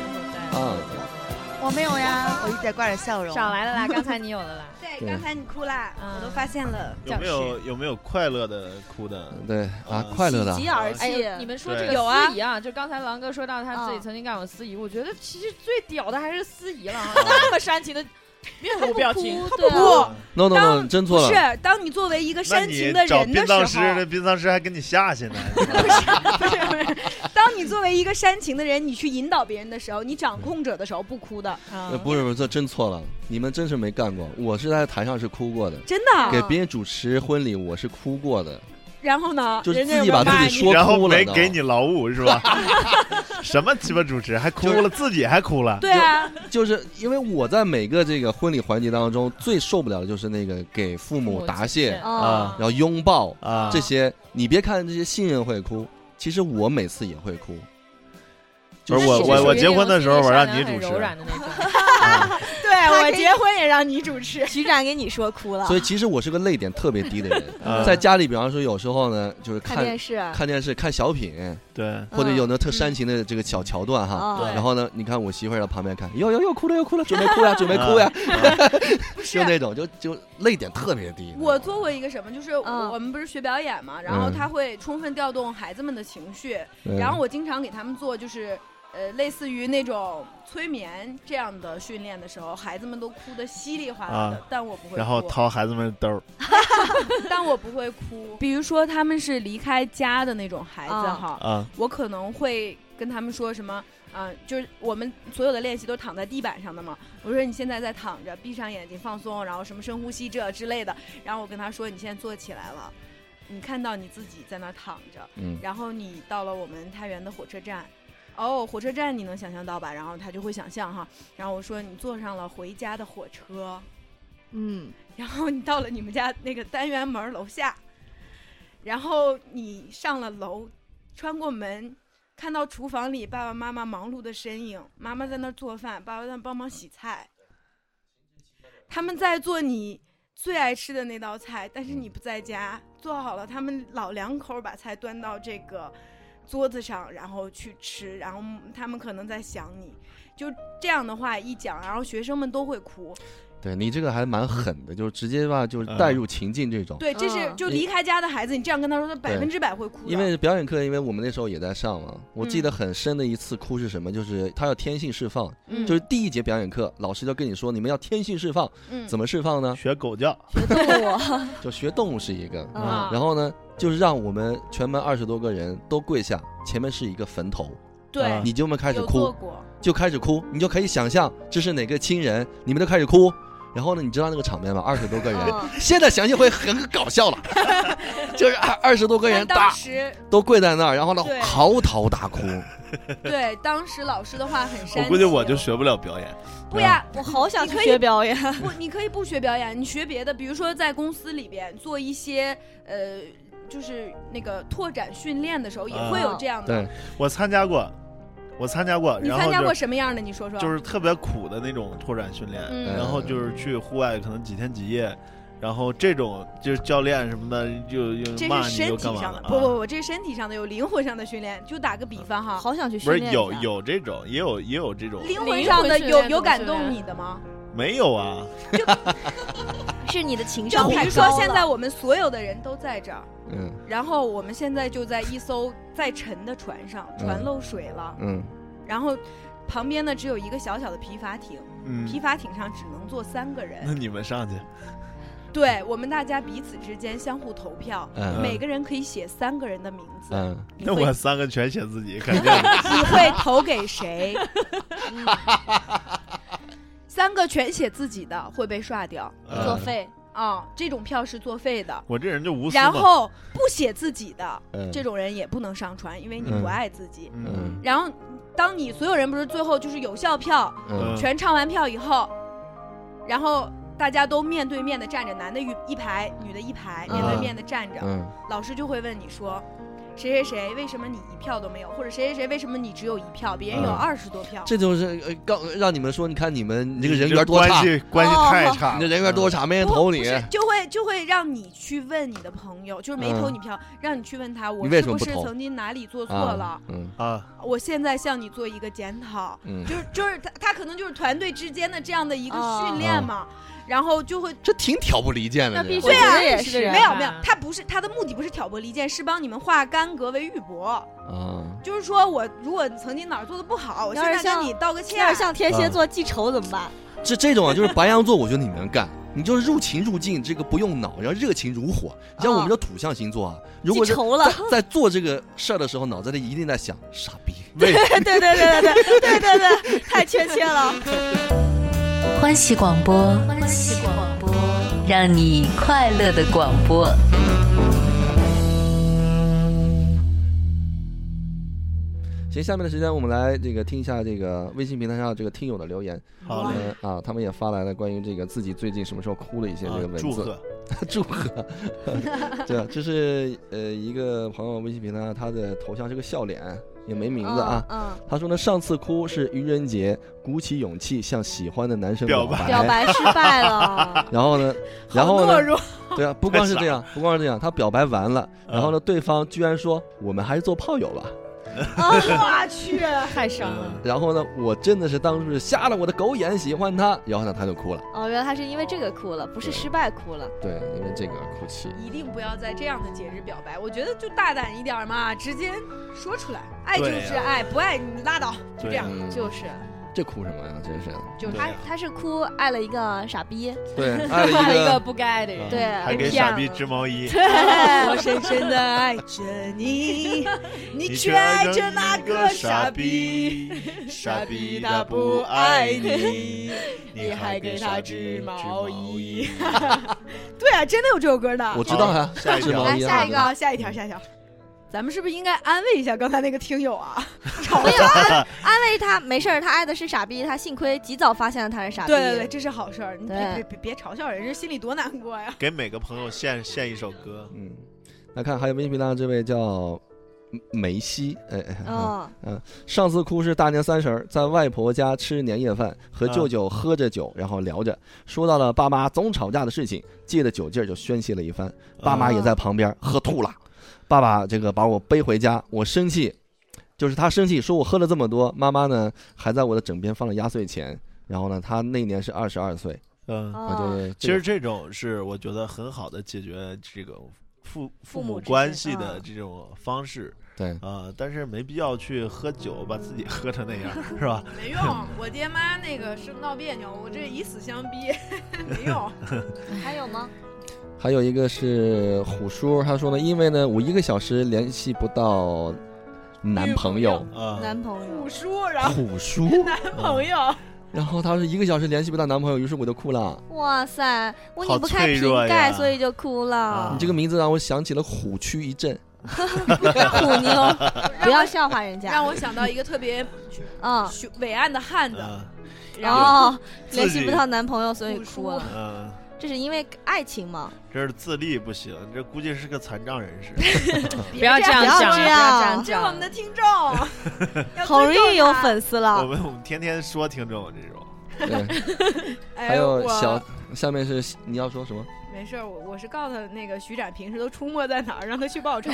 棄。 我沒有呀，我一直在掛着笑容。 少來了啦，剛才你有了啦。 對，剛才你哭啦，我都發現了。 有沒有快樂的哭的？ 對啊，快樂的。 喜極而泣。你們說這個司儀啊，就剛才狼哥說到他自己曾經幹過司儀，我覺得其實最屌的還是司儀了，那麼煽情的。面無表情，他不哭。 No， 真錯了。 不是，當你作為一個煽情的人的時候， 殯葬師還跟你下去呢。 不是，當你作為一個煽情的人，你去引導別人的時候，你掌控者的時候不哭的。 不是，這真錯了，你們真是沒幹過。我是在台上是哭過的， 真的。 給別人主持婚禮，我是哭過的。 然後呢？ 就自己把自己說哭了， 然後沒給你勞務是吧？什麼雞巴主持還哭了，自己還哭了。 對啊， 就是因為我在每個這個婚禮環節當中，最受不了的就是那個給父母答謝啊，然後擁抱啊，這些你別看這些新人會哭，其實我每次也會哭。 就是我結婚的時候我讓你主持。 對，我結婚也讓你主持， 徐展給你說哭了。 所以其實我是個淚點特別低的人，在家裡比方說有時候呢，就是看電視、看小品， 對， 或者有那特煽情的這個小橋段哈，然後呢，你看我媳婦在旁邊看，又哭了，準備哭呀，就那種就淚點特別低。 我做過一個什麼，就是我們不是學表演嘛，然後他會充分調動孩子們的情緒，然後我經常給他們做就是。類似於那種催眠這樣的訓練的時候，孩子們都哭得稀里嘩啦的，但我不會哭。 然後掏孩子們的兜但我不會哭。比如說他們是離開家的那種孩子哈，我可能會跟他們說什麼，就是我們所有的練習都躺在地板上的嘛。我說你現在在躺着，閉上眼睛放鬆，然後什麼深呼吸這之類的。然後我跟他說，你現在坐起來了，你看到你自己在那躺着，然後你到了我們太原的火車站。火車站你能想象到吧？然後他就會想象哈，然後我說你坐上了回家的火車，然後你到了你們家那個單元門樓下，然後你上了樓，穿過門，看到廚房裡爸爸媽媽忙碌的身影，媽媽在那做飯，爸爸在那幫忙洗菜， 他们在做你最爱吃的那道菜，但是你不在家，做好了，他们老两口把菜端到这个桌子上，然后去吃，然后他们可能在想你，就这样的话一讲，然后学生们都会哭。 对你这个还蛮狠的，就是直接吧，就是带入情境这种。 对，这是就离开家的孩子，你这样跟他说，他100%会哭的。 因为表演课，因为我们那时候也在上嘛，我记得很深的一次哭是什么？就是他要天性释放，就是第一节表演课，老师就跟你说，你们要天性释放，怎么释放呢？ 学狗叫， 学动物， 就学动物是一个，然后呢，就是让我们全班20多个人都跪下，前面是一个坟头。 对， 你就们开始哭，就开始哭，你就可以想象这是哪个亲人，你们都开始哭。然后呢，你知道那个场面吗？20多个人，现在想想会很搞笑了，就是20多个人， 当时都跪在那儿，然后呢嚎啕大哭。 对，当时老师的话很煽情。 我估计我就学不了表演。 不呀， 我好想去学表演。 不，你可以不学表演，你学别的，比如说在公司里边做一些就是那个拓展训练的时候，也会有这样的。 对，我参加过。你参加过什么样的？你说说。 就是特别苦的那种拓展训练，然后就是去户外，可能几天几夜，然后这种就是教练什么的就骂你又干嘛的。 不，这是身体上的，有灵魂上的训练。就打个比方哈， 好想去训练。 不是有这种，也有这种灵魂上的，有感动你的吗？ 没有啊， 是你的情商太高了。 比如说现在我们所有的人都在这儿，然后我们现在就在一艘在沉的船上，船漏水了，然后旁边呢只有一个小小的皮筏艇，皮筏艇上只能坐3个人。 那你们上去？ 对，我们大家彼此之间相互投票，每个人可以写3个人的名字。 那我3个全写自己，肯定。 你会投给谁？3个全写自己的会被刷掉， 作废啊！这种票是作废的。 我这人就无私。 然后不写自己的这种人也不能上船，因为你不爱自己。然后当你所有人不是最后就是有效票，全唱完票以后，然后大家都面对面的站着，男的一排，女的一排，面对面的站着，老师就会问你说。谁谁谁为什么你1票都没有，或者谁谁谁为什么你只有1票，别人有20多票。 这就是让你们说，你看你们这个人缘多差， 关系太差， 你的人缘多差，没人投你。 就会让你去问你的朋友，就是没投你票，让你去问他，我是不是曾经哪里做错了我现在向你做一个检讨。就是他可能就是团队之间的这样的一个训练嘛。然后就会， 这挺挑拨离间的。 对啊，也是没有，他的目的不是挑拨离间，是帮你们化干戈为玉帛就是说我如果曾经哪儿做的不好，我现在跟你道个歉。 要是像天蝎座记仇怎么办？ 这种就是白羊座，我觉得你能干，你就是入情入境，这个不用脑，然后热情如火。像我们这土象星座啊，如果是在做这个事儿的时候，脑子里一定在想傻逼。 对，太确切了。 欢喜广播，让你快乐的广播。 行，下面的时间我们来这个听一下这个微信平台上这个听友的留言。 好嘞他们也发来了关于这个自己最近什么时候哭的一些这个文字。祝贺对啊，这是一个朋友微信平台，他的头像是个笑脸，也没名字啊。他说呢，上次哭是愚人节，鼓起勇气向喜欢的男生表白失败了。 然后呢，对啊，不光是这样，他表白完了，然后呢，对方居然说我们还是做炮友吧。 我去， 太伤了。 然后呢，我真的是当初是瞎了我的狗眼喜欢他，然后呢他就哭了。 原来他是因为这个哭了，不是失败哭了。 对，因为这个哭泣。 一定不要在这样的节日表白，我觉得就大胆一点嘛，直接说出来，爱就是爱，不爱你拉倒，就这样。 就是。 这哭什么呀？真是， 就是他是哭爱了一个傻逼， 对，爱了一个不该爱的人， 对， 还给傻逼织毛衣。 我深深的爱着你，你却爱着那个傻逼，傻逼他不爱你，你还给他织毛衣。对啊，真的有这首歌的。 我知道啊， 下一条， 下一条。咱们是不是应该安慰一下刚才那个听友啊？ 没有安慰他，没事儿，他爱的是傻逼，他幸亏及早发现了他是傻逼。 对，这是好事儿。你别嘲笑人，这心里多难过呀。 给每个朋友献一首歌。 来看，还有微信平台这位叫梅西，上次哭是大年30，在外婆家吃年夜饭，和舅舅喝着酒，然后聊着，说到了爸妈总吵架的事情，借着酒劲儿就宣泄了一番。爸妈也在旁边喝吐了，爸爸这个把我背回家，我生气，就是他生气说我喝了这么多，妈妈呢还在我的枕边放了压岁钱，然后呢他那年是22岁。 其实这种是我觉得很好的解决这个父母关系的这种方式， 对但是没必要去喝酒把自己喝成那样，是吧？ 没用，我爹妈那个是闹别扭，我这以死相逼，没用。 还有吗？ 还有一个是虎叔，他说呢，因为呢我1个小时联系不到男朋友， 虎叔，然后虎叔男朋友。 然后他是1个小时联系不到男朋友，于是我就哭了。 哇塞，我拧不开瓶盖，所以就哭了。 你这个名字让我想起了虎躯一震。 虎妞，不要笑话人家。 让我想到一个特别伟岸的汉子， 然后联系不到男朋友，所以哭了。这是因为爱情吗？ 这是自立不行，这估计是个残障人士。 不要这样讲， 这是我们的听众， 好容易有粉丝了。 我们天天说听众这种。 对，还有下面是你要说什么？ 没事，我是告诉他那个徐展平时都出没在哪儿，让他去报仇。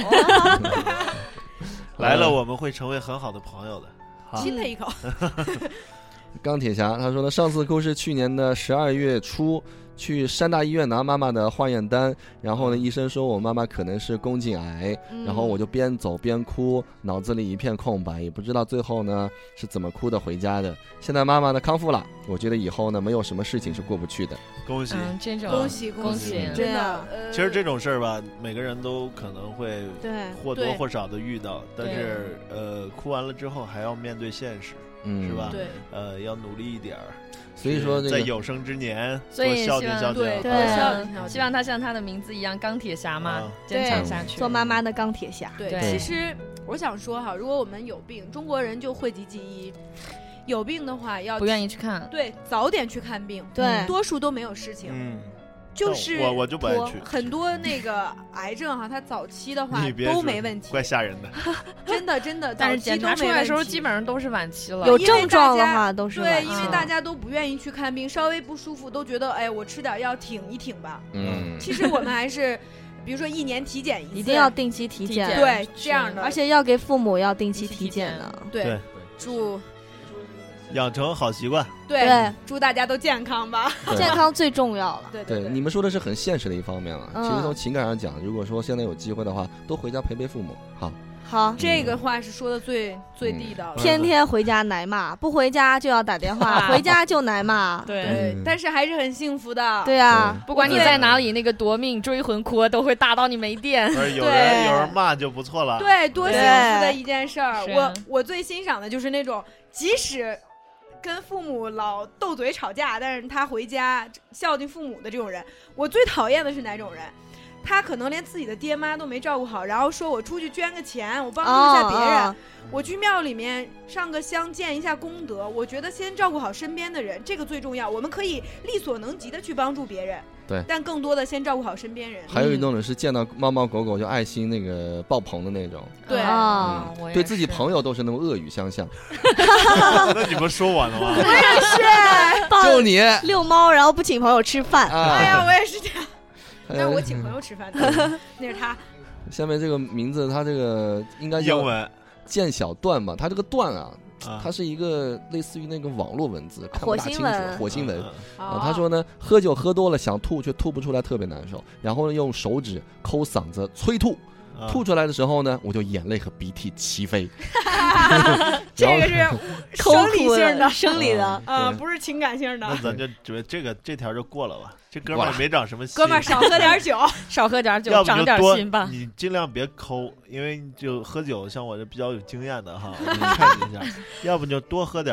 来了，我们会成为很好的朋友的。 亲他一口。 钢铁侠他说呢，上次哭是去年的12月初。去山大医院拿妈妈的化验单，然后呢，医生说我妈妈可能是宫颈癌，然后我就边走边哭，脑子里一片空白，也不知道最后呢是怎么哭的回家的。现在妈妈呢康复了，我觉得以后呢没有什么事情是过不去的。 恭喜， 恭喜，真的。 其实这种事儿吧，每个人都可能会或多或少的遇到，但是哭完了之后还要面对现实，是吧？ 对， 要努力一点儿。 所以说， 在有生之年， 所以孝敬孝敬， 希望他像他的名字一样钢铁侠嘛，坚强下去， 做妈妈的钢铁侠。 对，其实我想说哈，如果我们有病，中国人就讳疾忌医，有病的话要不愿意去看， 对，早点去看病， 对， 多数都没有事情。就是我就不爱去， 很多那个癌症哈，它早期的话都没问题， 怪吓人的， 真的。 但是检查出来的时候基本上都是晚期了， 有症状的话都是对，因为大家都不愿意去看病，稍微不舒服都觉得哎，我吃点药挺一挺吧。其实我们还是，比如说1年体检一次， 一定要定期体检， 对，这样的， 而且要给父母要定期体检的， 对，祝。 养成好习惯， 对，祝大家都健康吧， 健康最重要了。 对， 你们说的是很现实的一方面了。其实从情感上讲，如果说现在有机会的话，多回家陪陪父母。 好， 这个话是说的最地道的。 天天回家挨骂，不回家就要打电话，回家就挨骂。 对，但是还是很幸福的。 对啊， 不管你在哪里，那个夺命追魂哭都会大到你没电。 有人骂就不错了。 对，多幸福的一件事儿。我最欣赏的就是那种即使。跟父母老斗嘴吵架，但是他回家孝敬父母的这种人，我最讨厌的是哪种人？他可能连自己的爹妈都没照顾好，然后说我出去捐个钱，我帮助一下别人，我去庙里面上个香建一下功德。我觉得先照顾好身边的人，这个最重要。我们可以力所能及的去帮助别人， 对， 但更多的先照顾好身边人。 还有一种人是见到猫猫狗狗就爱心那个爆棚的那种， 对对自己朋友都是那种恶语相向。 那你不说我了吗？ 我也是， 就你遛猫然后不请朋友吃饭。 哎呀，我也是这样。但是我请朋友吃饭的，那是他。 下面这个名字，他这个应该英文剑小段嘛，他这个段啊，它是一个类似于那个网络文字，看不大清楚。火星文。他说呢，喝酒喝多了想吐却吐不出来，特别难受，然后用手指抠嗓子催吐。吐出来的时候呢，我就眼泪和鼻涕齐飞。 这个是生理性的， 生理的不是情感性的。 那咱就觉得这条就过了吧。这哥们儿没长什么心。 哥们儿少喝点酒， 少喝点酒，长点心吧。 你尽量别抠，因为就喝酒，像我这比较有经验的哈，你看一下，要不就多喝点，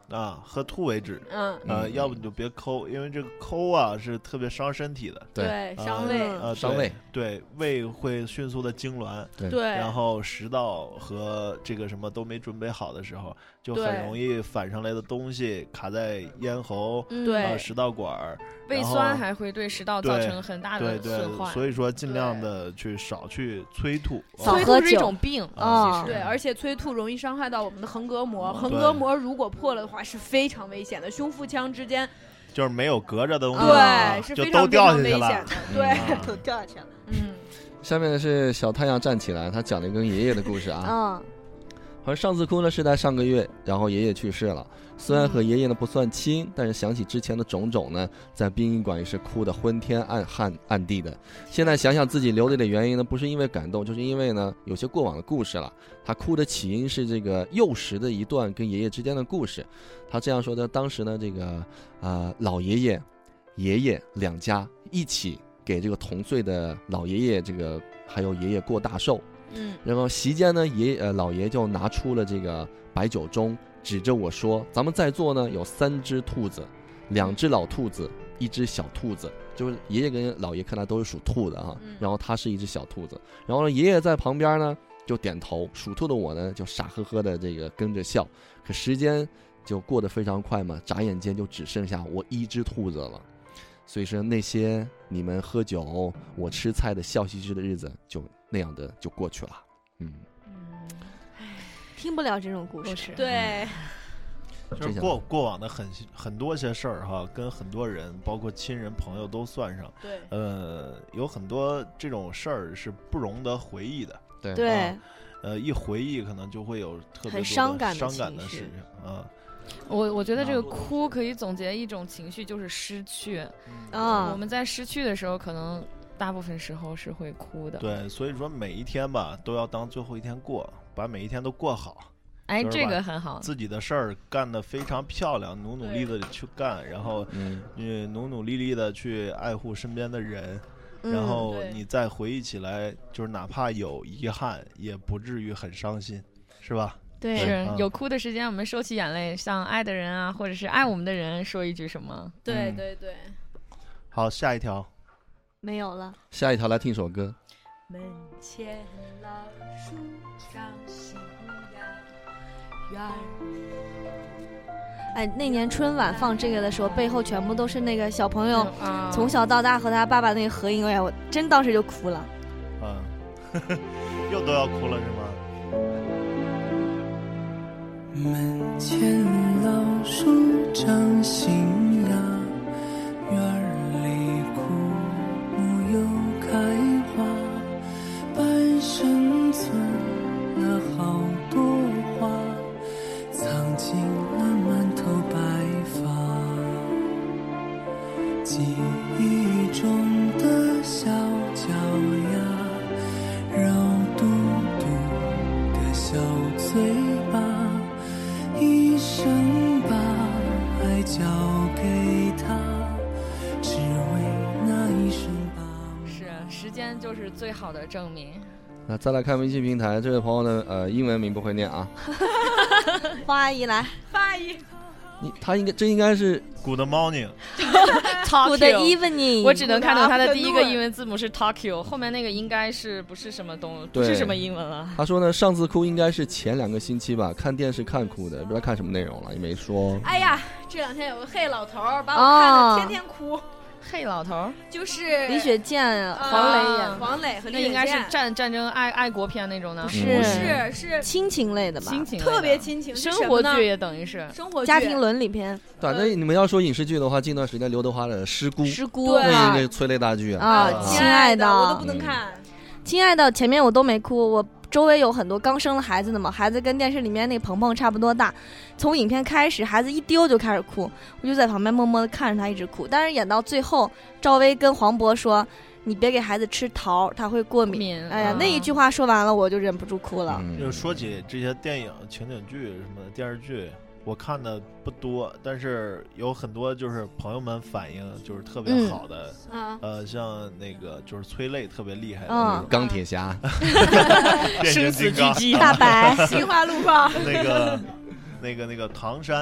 喝吐为止。要不你就别抠，因为这个抠啊是特别伤身体的。 对，伤胃。 伤胃。 对，胃会迅速的痉挛。 对。 然后食道和这个什么都没准备好的时候，就很容易反上来的东西卡在咽喉、食道管。 胃酸还会对食道造成很大的损坏。 所以说尽量的少去催吐。 催吐是一种病啊。对，而且催吐容易伤害到我们的横膈膜，横膈膜如果破了的话是非常危险的，胸腹腔之间就是没有隔着的东西， 对，是非常非常危险的， 对，都掉下去了。 下面是小太阳站起来，他讲了一个爷爷的故事啊。好像上次哭呢是在上个月，然后爷爷去世了。虽然和爷爷呢不算亲，但是想起之前的种种呢，在殡仪馆也是哭得昏天暗地的。现在想想自己流泪的原因呢，不是因为感动，就是因为呢有些过往的故事了。他哭的起因是这个幼时的一段跟爷爷之间的故事。他这样说的：当时呢这个老爷爷、爷爷两家一起给这个同岁的老爷爷这个还有爷爷过大寿。然后席间呢，老爷就拿出了这个白酒盅，指着我说：“咱们在座呢有3只兔子，2只老兔子，1只小兔子。”就是爷爷跟老爷看来都是属兔的啊，然后他是一只小兔子。然后呢，爷爷在旁边呢就点头，属兔的我呢就傻呵呵的这个跟着笑。可时间就过得非常快嘛，眨眼间就只剩下我1只兔子了。所以说那些你们喝酒我吃菜的笑嘻嘻的日子就那样的就过去了。 听不了这种故事。 对， 就是过往的很多些事儿哈，跟很多人包括亲人朋友都算上。 对， 有很多这种事儿是不容得回忆的。 对， 一回忆可能就会有特别多的伤感的事情啊。 我觉得这个哭可以总结一种情绪，就是失去。我们在失去的时候，可能大部分时候是会哭的。 对，所以说每一天吧，都要当最后一天过，把每一天都过好。 这个很好。 自己的事儿干得非常漂亮，努力的去干，然后努力的去爱护身边的人。然后你再回忆起来，就是哪怕有遗憾，也不至于很伤心，是吧？ 对，是有哭的时间，我们收起眼泪，向爱的人啊，或者是爱我们的人说一句什么。 对对对。 好，下一条。 没有了。 下一条来听首歌。 门前老树上新芽园。 那年春晚放这个的时候，背后全部都是那个小朋友从小到大和他爸爸那个合影，我真当时就哭了。 又都要哭了是吗？ 门前老树长新芽，园里枯木又开花，半生存了好多花，藏进了满头白发。记忆中的小脚丫，肉嘟嘟的小嘴巴，一生把爱交给他，只为那一声吧。 是，时间就是最好的证明。 那再来看微信平台，这位朋友的英文名不会念啊。 方阿姨来， 方阿姨， 他这应该是 Good morning Good evening。 我只能看到他的第一个英文字母是 Tokyo， 后面那个应该是不是什么不是什么英文了。 他说呢，上次哭应该是前2个星期吧，看电视看哭的，不知道看什么内容了，也没说。 哎呀，这2天有个黑老头把我看得天天哭。 黑老头就是李雪健、黄磊演， 黄磊和李雪健。 那应该是战争爱国片那种的， 不是亲情类的吧？ 亲情特别亲情， 生活剧也等于是生活剧家庭伦理片。 对，那你们要说影视剧的话，近段时间刘德华的《失孤》，那是催泪大剧啊！亲爱的， 我都不能看。 亲爱的，前面我都没哭，我周围有很多刚生了孩子的嘛，孩子跟电视里面那个鹏鹏差不多大，从影片开始孩子一丢就开始哭，我就在旁边默默的看着他一直哭，但是演到最后赵薇跟黄渤说你别给孩子吃桃他会过敏，哎呀，那一句话说完了我就忍不住哭了。 就说起这些电影情景剧什么的电视剧，我看的不多，但是有很多就是朋友们反映就是特别好的，像那个就是催泪特别厉害的钢铁侠、 生死狙击、 大白、 心花怒放， 那个唐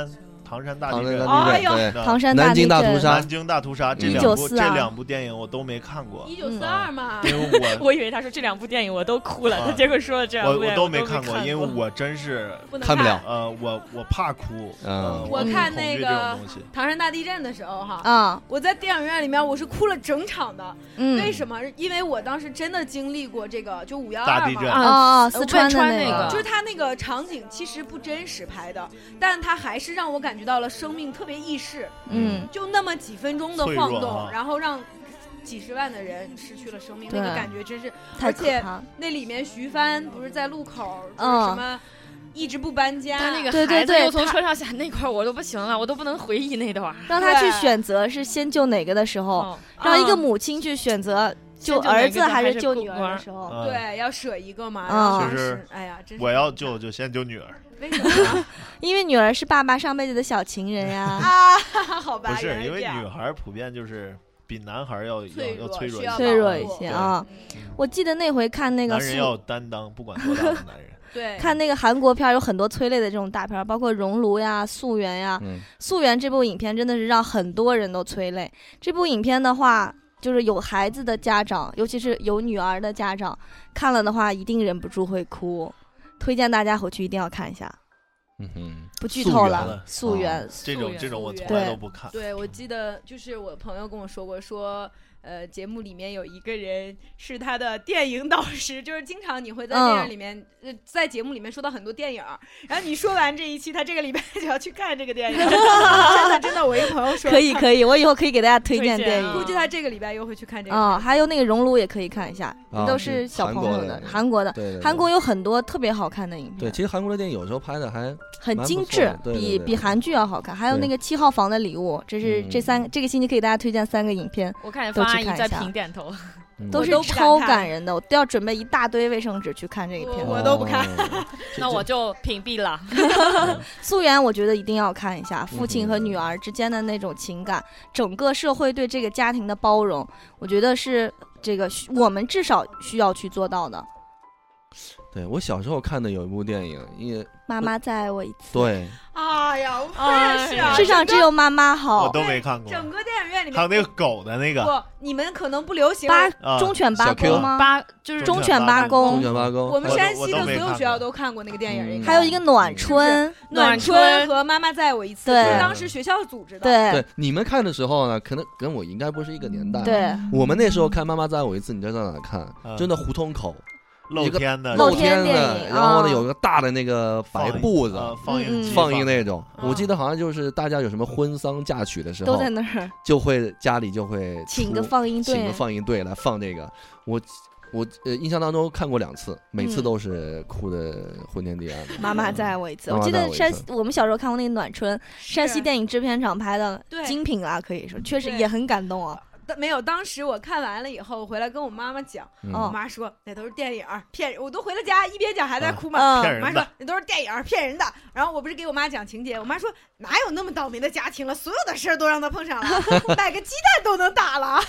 唐山大地震， 唐山南京大屠杀， 南京大屠杀这两部电影我都没看过。 1942嘛， 因为我以为他说这2部电影我都哭了，他结果说了这2部电影我都没看过，因为我真是看不了。 我怕哭。 我看那个唐山大地震的时候哈，我在电影院里面我是哭了整场的。为什么？因为我当时真的经历过这个，就5·12 大地震四川的那个， 就是他那个场景其实不真实拍的，但他还是让我感觉到了生命特别易逝。就那么几分钟的晃动，然后让几十万的人失去了生命，那个感觉真是。而且那里面徐帆不是在路口，就是什么一直不搬家， 他那个孩子又从车上下那块我都不行了，我都不能回忆那段。 让他去选择是先救哪个的时候，让一个母亲去选择。救儿子还是救女儿的时候， 对，要舍一个嘛。 就是哎呀，真是我要救就先救女儿。 为什么？ 因为女儿是爸爸上辈子的小情人呀。 好吧。 不是，因为女孩普遍就是比男孩要脆弱一些啊。我记得那回看那个男人要担当，不管多大的男人。 对， 看那个韩国片有很多催泪的这种大片，包括《熔炉》呀、《溯源》呀。溯源这部影片真的是让很多人都催泪。这部影片的话。就是有孩子的家长，尤其是有女儿的家长，看了的话一定忍不住会哭，推荐大家回去一定要看一下。不剧透了。溯源， 这种我从来都不看。 对，我记得就是我朋友跟我说过，说节目里面有一个人是他的电影导师，就是经常你会在电影里面，在节目里面说到很多电影，然后你说完这一期，他这个礼拜就要去看这个电影。真的，我一个朋友说可以，我以后可以给大家推荐电影。 估计他这个礼拜又会去看这个。 还有那个《熔炉》也可以看一下，都是小朋友的，韩国的。韩国有很多特别好看的影片。 对，其实韩国的电影有时候拍的还很精致，比韩剧要好看。还有那个《7号房的礼物》，这是这个星期可以给大家推荐3个影片。 我看方阿姨在平点头， 都是超感人的，我都要准备一大堆卫生纸去看这个片。 我都不看， 那我就屏蔽了。 溯源我觉得一定要看一下，父亲和女儿之间的那种情感，整个社会对这个家庭的包容，我觉得是这个我们至少需要去做到的。 对，我小时候看的有一部电影， 妈妈再爱我一次。 对， 哎呀，我也是啊， 世上只有妈妈好。 我都没看过。 整个电影院里面还有那个狗的那个。 不，你们可能不流行忠犬八公吗？ 就是忠犬八公。 忠犬八公。 我们山西的所有学校都看过那个电影。 还有一个暖春和妈妈再爱我一次，是当时学校组织的。 对， 你们看的时候呢，可能跟我应该不是一个年代。 对， 我们那时候看妈妈再爱我一次，你知道在哪看？就那胡同口。 露天的， 然后呢有个大的那个白布子，放映那种。我记得好像就是大家有什么婚丧嫁娶的时候， 都在那儿， 家里就会请个放映队来放这个。我印象当中看过2次，每次都是哭的昏天地暗的。 妈妈再爱我一次。我记得我们小时候看过那个暖春，山西电影制片厂拍的精品啊，可以说确实也很感动啊。 没有，当时我看完了以后回来跟我妈妈讲，我妈说那都是电影骗人，我都回了家一边讲还在哭嘛。我妈说那都是电影骗人的，然后我不是给我妈讲情节，我妈说哪有那么倒霉的家庭了，所有的事都让他碰上了，买个鸡蛋都能打了。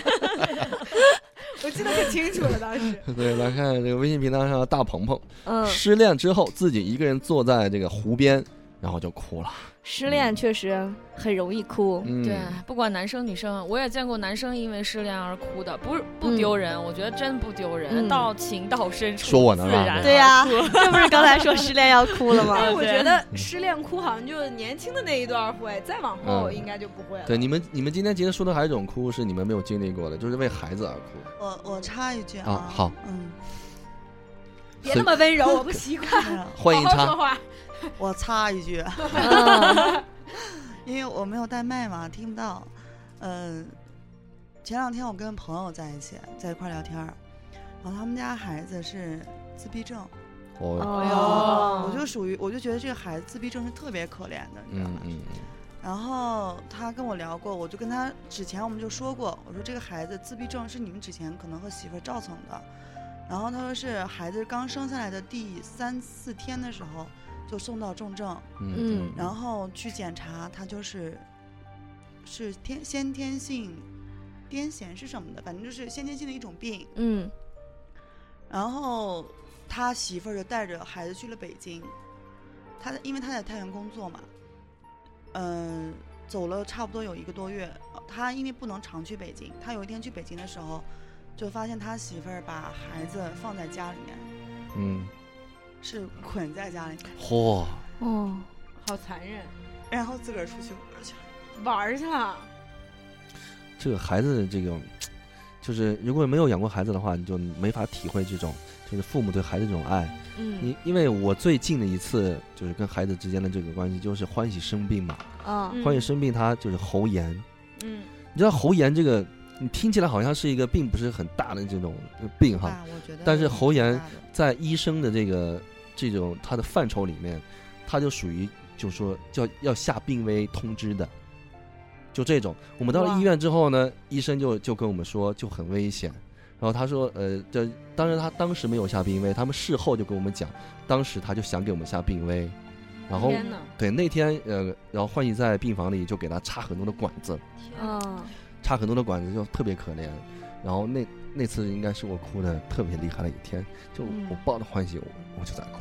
我记得可清楚了，当时。 对，来看这个微信平台上的大鹏鹏，失恋之后自己一个人坐在这个湖边，然后就哭了。 失恋确实很容易哭， 对，不管男生女生，我也见过男生因为失恋而哭的，不丢人，我觉得真不丢人，到情到深处， 说我呢自然对呀，这不是刚才说失恋要哭了吗？ 我觉得失恋哭好像就年轻的那一段会，再往后应该就不会了。 对，你们今天其实说的还有一种哭是你们没有经历过的，就是为孩子而哭。 我插一句啊，好， 别那么温柔，我不习惯。 欢迎插。 好好说话。 我插一句，因为我没有带麦嘛，听不到。前2天我跟朋友在一块聊天，然后他们家孩子是自闭症。我就觉得这个孩子自闭症是特别可怜的，你知道吗？然后他跟我聊过，我就跟他之前我们就说过，我说这个孩子自闭症是你们之前可能和媳妇造成的。然后他说是孩子刚生下来的第3、4天的时候就送到重症，然后去检查，他是先天性癫痫是什么的，反正就是先天性的一种病。然后他媳妇儿就带着孩子去了北京，因为他在太原工作嘛， 走了差不多有1个多月，他因为不能常去北京，他有一天去北京的时候，就发现他媳妇儿把孩子放在家里面，是捆在家里面。 嚯， 哦，好残忍。 然后自个儿出去玩去了。 这个孩子这种，就是如果没有养过孩子的话，你就没法体会这种，就是父母对孩子这种爱。因为我最近的一次就是跟孩子之间的这个关系，就是欢喜生病嘛。欢喜生病，他就是喉炎。你知道喉炎这个，你听起来好像是一个并不是很大的这种病哈，但是喉炎在医生的这种他的范畴里面，他就属于就是说要下病危通知的。就这种，我们到了医院之后呢，医生就跟我们说就很危险。然后他说，当然他当时没有下病危，他们事后就跟我们讲，当时他就想给我们下病危，然后对那天然后欢喜在病房里就给他插很多的管子，插很多的管子就特别可怜。然后那次应该是我哭的特别厉害的一天，就我抱着欢喜我就在哭。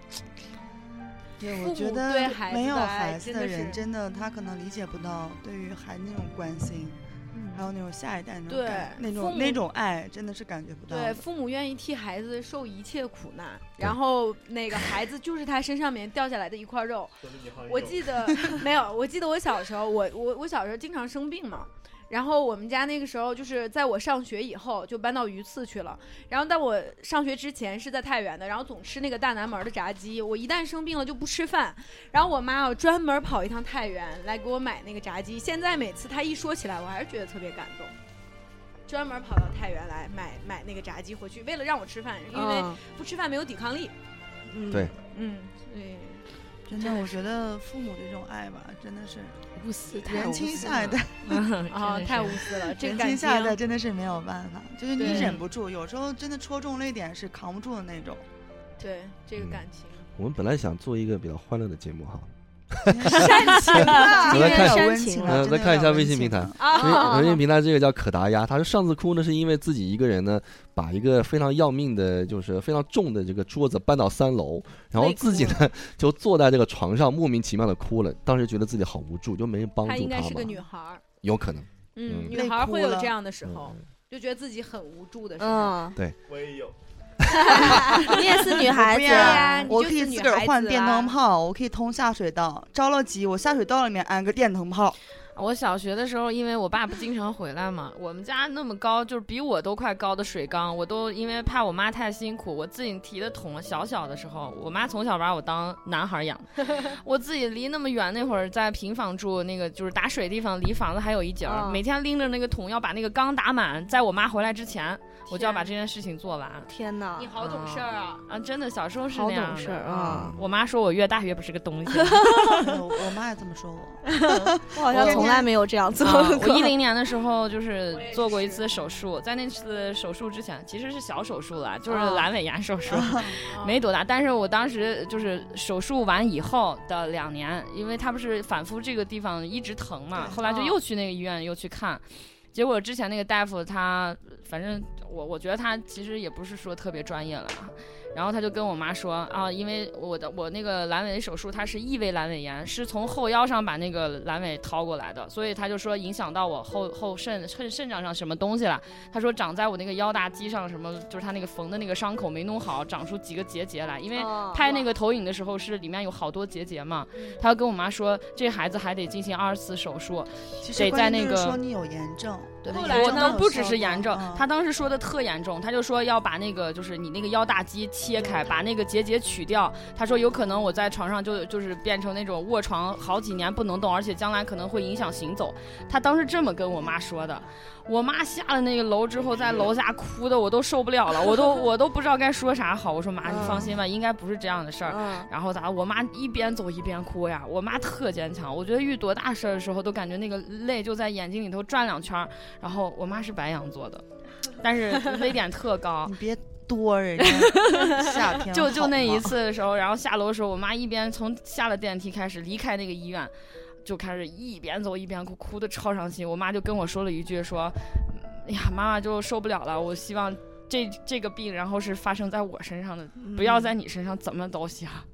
对，我觉得没有孩子的人真的他可能理解不到对于孩子那种关心。还有那种下一代那种爱，真的是感觉不到。 对，父母愿意替孩子受一切苦难，然后那个孩子就是他身上面掉下来的一块肉。我记得没有，我记得我小时候，我小时候经常生病嘛。然后我们家那个时候就是在我上学以后就搬到榆次去了，然后但我上学之前是在太原的，然后总吃那个大南门的炸鸡，我一旦生病了就不吃饭，然后我妈要专门跑一趟太原来给我买那个炸鸡，现在每次她一说起来我还是觉得特别感动，专门跑到太原来买那个炸鸡回去，为了让我吃饭，因为不吃饭没有抵抗力。 对， 对， 真的我觉得父母这种爱吧真的是无私， 人亲下一代太无私了，这人亲下一代真的是没有办法，就是你忍不住，有时候真的戳中泪点是扛不住的那种。 对，这个感情我们本来想做一个比较欢乐的节目哈， 煽情啊！ 再看一下微信平台，微信平台这个叫可达鸭，他说上次哭呢是因为自己一个人呢把一个非常要命的，就是非常重的这个桌子搬到3楼，然后自己呢就坐在这个床上莫名其妙的哭了，当时觉得自己好无助，就没人帮助他嘛。 她应该是个女孩， 有可能， 女孩会有这样的时候，就觉得自己很无助的时候。 对， 我也有。 你也是女孩子啊， 我可以自个儿换电灯泡，我可以通下水道，着了急我下水道里面安个电灯泡。 我小学的时候，因为我爸不经常回来嘛，我们家那么高，就是比我都快高的水缸，我都因为怕我妈太辛苦，我自己提的桶。小的时候，我妈从小把我当男孩养，我自己离那么远，那会儿在平房住，那个就是打水地方，离房子还有一截儿，每天拎着那个桶要把那个缸打满，在我妈回来之前，我就要把这件事情做完。 天哪， 你好懂事儿啊！ 真的小时候是那样的。 好懂事啊！ 我妈说我越大越不是个东西。 我妈也这么说我。 我好像从来没有这样做过。 我2010年的时候就是做过一次手术，在那次手术之前其实是小手术了，就是阑尾炎手术，没多大。但是我当时就是手术完以后的2年，因为他不是反复这个地方一直疼嘛，后来就又去那个医院又去看。结果之前那个大夫他反正我觉得他其实也不是说特别专业了，然后他就跟我妈说啊，因为我那个阑尾手术它是异位阑尾炎，是从后腰上把那个阑尾掏过来的，所以他就说影响到我后肾脏上什么东西了。他说长在我那个腰大肌上什么，就是他那个缝的那个伤口没弄好，长出几个结节来。因为拍那个投影的时候是里面有好多结节嘛，他就跟我妈说这孩子还得进行2次手术，得在那个说你有炎症。 后来呢不只是炎症，他当时说的特严重，他就说要把那个就是你那个腰大肌切开，把那个结节取掉。他说有可能我在床上就是变成那种卧床好几年不能动，而且将来可能会影响行走。他当时这么跟我妈说的。我妈下了那个楼之后，在楼下哭的我都受不了了，我都不知道该说啥好。我说妈，你放心吧，应该不是这样的事儿。然后我妈一边走一边哭呀。我妈特坚强，我觉得遇多大事儿的时候都感觉那个泪就在眼睛里头转2圈。然后我妈是白羊座的，但是危点特高。 你别多人家夏天就那一次的时候，然后下楼的时候，我妈一边从下了电梯开始离开那个医院，就开始一边走一边哭，哭得超伤心。我妈就跟我说了一句说，哎呀，妈妈就受不了了，我希望这个病然后是发生在我身上的，不要在你身上，怎么都行。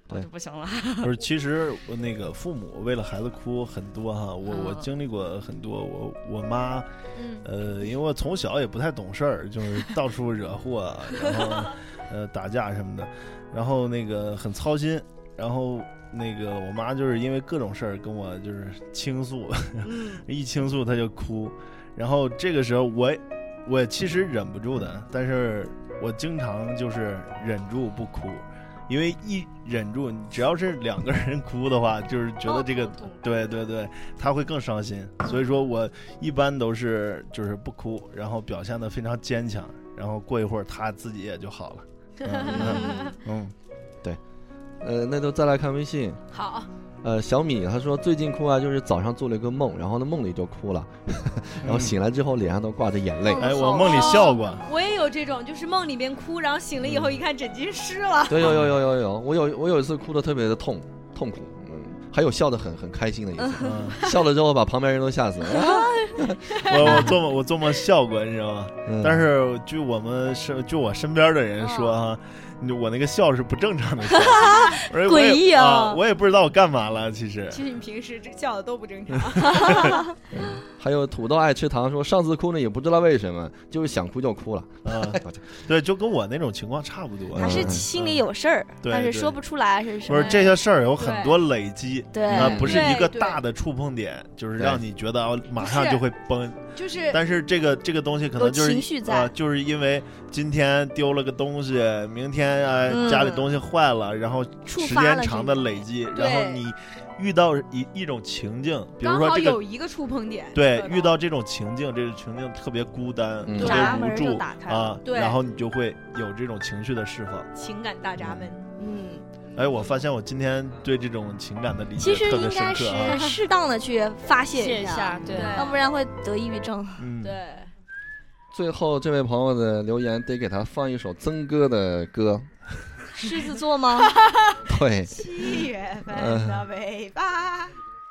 我就不行了。 不是，其实我那个父母为了孩子哭很多哈，我经历过很多。我妈，因为我从小也不太懂事儿，就是到处惹祸，然后打架什么的，然后那个很操心，然后那个我妈就是因为各种事儿跟我就是倾诉，一倾诉她就哭，然后这个时候我其实忍不住的，但是我经常就是忍住不哭。因为一忍住，只要是2个人哭的话，就是觉得这个，对，他会更伤心。所以说我一般都是就是不哭，然后表现得非常坚强，然后过一会儿他自己也就好了。 对，那就再来看微信。 好。 小米他说最近哭啊，就是早上做了一个梦，然后呢梦里就哭了，然后醒来之后脸上都挂着眼泪。 我梦里笑过。 我也有这种，就是梦里边哭，然后醒了以后一看枕巾湿了。 对，有，我有一次哭得特别的痛苦，还有笑得很开心的一次，笑了之后把旁边人都吓死了。 我做梦笑过，你知道吗？但是据我身边的人说哈。我那个笑是不正常的笑， 诡异啊！ 我也不知道我干嘛了，其实你平时这笑的都不正常。 还有土豆爱吃糖说，上次哭呢也不知道为什么，就是想哭就哭了。 对，就跟我那种情况差不多。 他是心里有事儿，但是说不出来是什么。 不是这些事儿有很多累积， 对， 不是一个大的触碰点，就是让你觉得马上就会崩。 就是， 但是这个东西可能就是情绪在， 就是因为今天丢了个东西，明天家里东西坏了，然后时间长的累积，然后你遇到一种情境，比如说这个有一个触碰点， 对，遇到这种情境，这个情境特别孤单，特别无助啊，然后你就会有这种情绪的释放， 情感大闸门。 我发现我今天对这种情感的理解特别深刻， 其实应该是适当的去发泄一下， 对， 要不然会得抑郁症。 对。 最后这位朋友的留言得给他放一首曾哥的歌。 狮子座吗？ 对。 7月份的尾巴。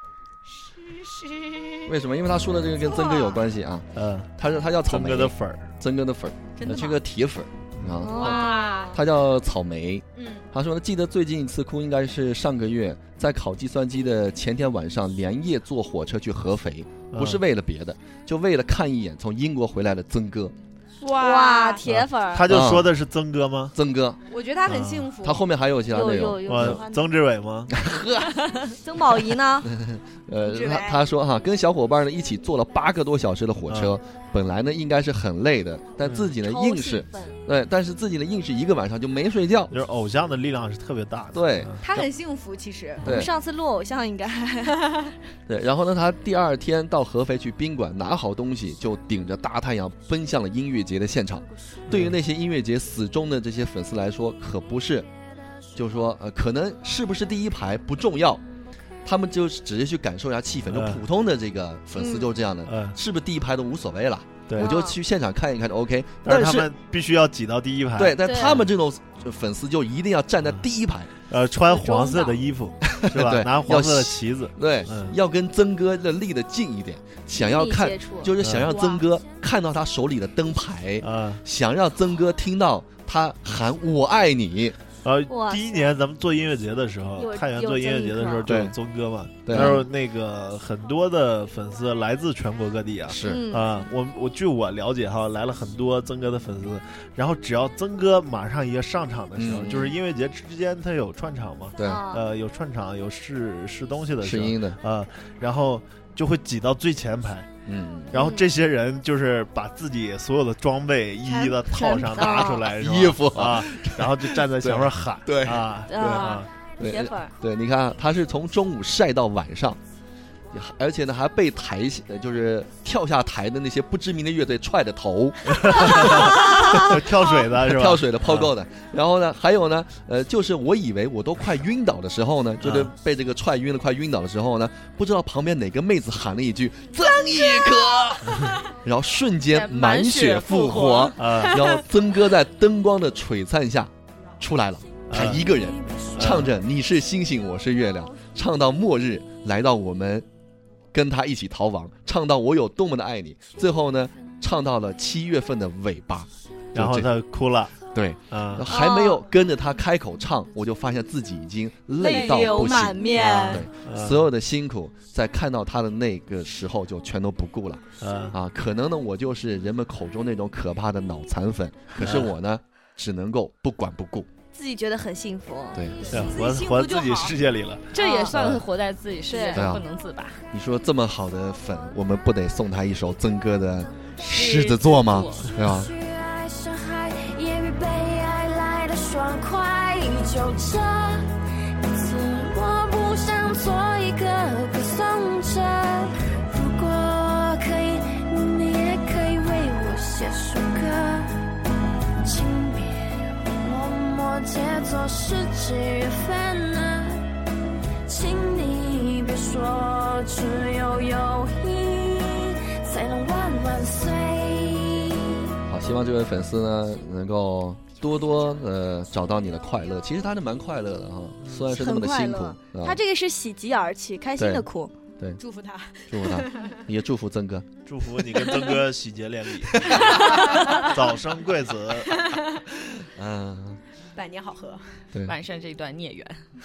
为什么？因为他说的这个跟曾哥有关系啊。他叫草莓。曾哥的粉儿，这个铁粉。 哇， 他叫草莓。他说呢，记得最近一次哭应该是上个月，在考计算机的前天晚上，连夜坐火车去合肥，不是为了别的，就为了看一眼从英国回来的曾哥。 哇，铁粉！ 他就说的是曾哥吗？ 曾哥， 我觉得他很幸福。 他后面还有其他内容。 曾志伟吗？ 曾宝仪呢？ 他说哈，跟小伙伴呢一起坐了8个多小时的火车，本来呢应该是很累的，但自己呢硬是，但是自己呢硬是1个晚上就没睡觉。 就是偶像的力量是特别大的。 对， 他很幸福，其实。 我们上次录偶像应该。 对，然后呢，他第2天到合肥去宾馆拿好东西，就顶着大太阳奔向了音乐节的现场。对于那些音乐节死忠的这些粉丝来说，可不是，就是说可能是不是第一排不重要。他们就只是去感受一下气氛，就普通的这个粉丝就这样的，是不是第一排都无所谓了。 对， 我就去现场看一看就 OK。 但是他们必须要挤到第一排。 对，但他们这种粉丝就一定要站在第一排， 穿黄色的衣服，是吧？拿黄色的旗子。 对，要跟曾哥的离得近一点，想要看，就是想让曾哥看到他手里的灯牌，想让曾哥听到他喊我爱你。 第一年咱们做音乐节的时候，太原做音乐节的时候就有曾哥嘛，那时候那个很多的粉丝来自全国各地啊， 是啊，我据我了解哈，来了很多曾哥的粉丝，然后只要曾哥马上一个上场的时候，就是音乐节之间他有串场嘛， 对， 有串场有试东西的时候， 试音的然后就会挤到最前排。然后这些人就是把自己所有的装备一一的套上拿出来， 衣服啊，然后就站在前面喊， 对啊，对啊， 对，你看他是从中午晒到晚上，而且呢还被就是跳下台的那些不知名的乐队踹着头， 跳水的是吧？ 跳水的、抛够的。然后呢，还有呢，就是我以为我都快晕倒的时候呢，就是被这个踹晕了，快晕倒的时候呢，不知道旁边哪个妹子喊了一句“曾轶可”，然后瞬间满血复活。然后曾哥在灯光的璀璨下出来了，他一个人唱着“你是星星，我是月亮”，唱到末日，来到我们。跟他一起逃亡，唱到我有多么的爱你，最后呢，唱到了7月份的尾巴， 然后他哭了。 对，还没有跟着他开口唱，我就发现自己已经累到不行， 满面。 对，所有的辛苦在看到他的那个时候就全都不顾了。可能呢，我就是人们口中那种可怕的脑残粉，可是我呢，只能够不管不顾。 自己觉得很幸福， 对， 活在自己世界里了， 这也算是活在自己世界中不能自拔。 你说这么好的粉，我们不得送他一首曾哥的《狮子座》吗？对吧？就这一次，我不想做一个歌颂者。如果可以，你也可以为我写首歌，请别默默借作是几月份呢？请你别说只有友谊才能万万岁。好，希望这位粉丝呢能够多多找到你的快乐，其实他是蛮快乐的哈，虽然是那么的辛苦。 他这个是喜极而泣，开心的哭。 对， 祝福他， 祝福他，也祝福曾哥， 祝福你跟曾哥喜结连理，早生贵子， 百年好合， 对， 完善这一段孽缘。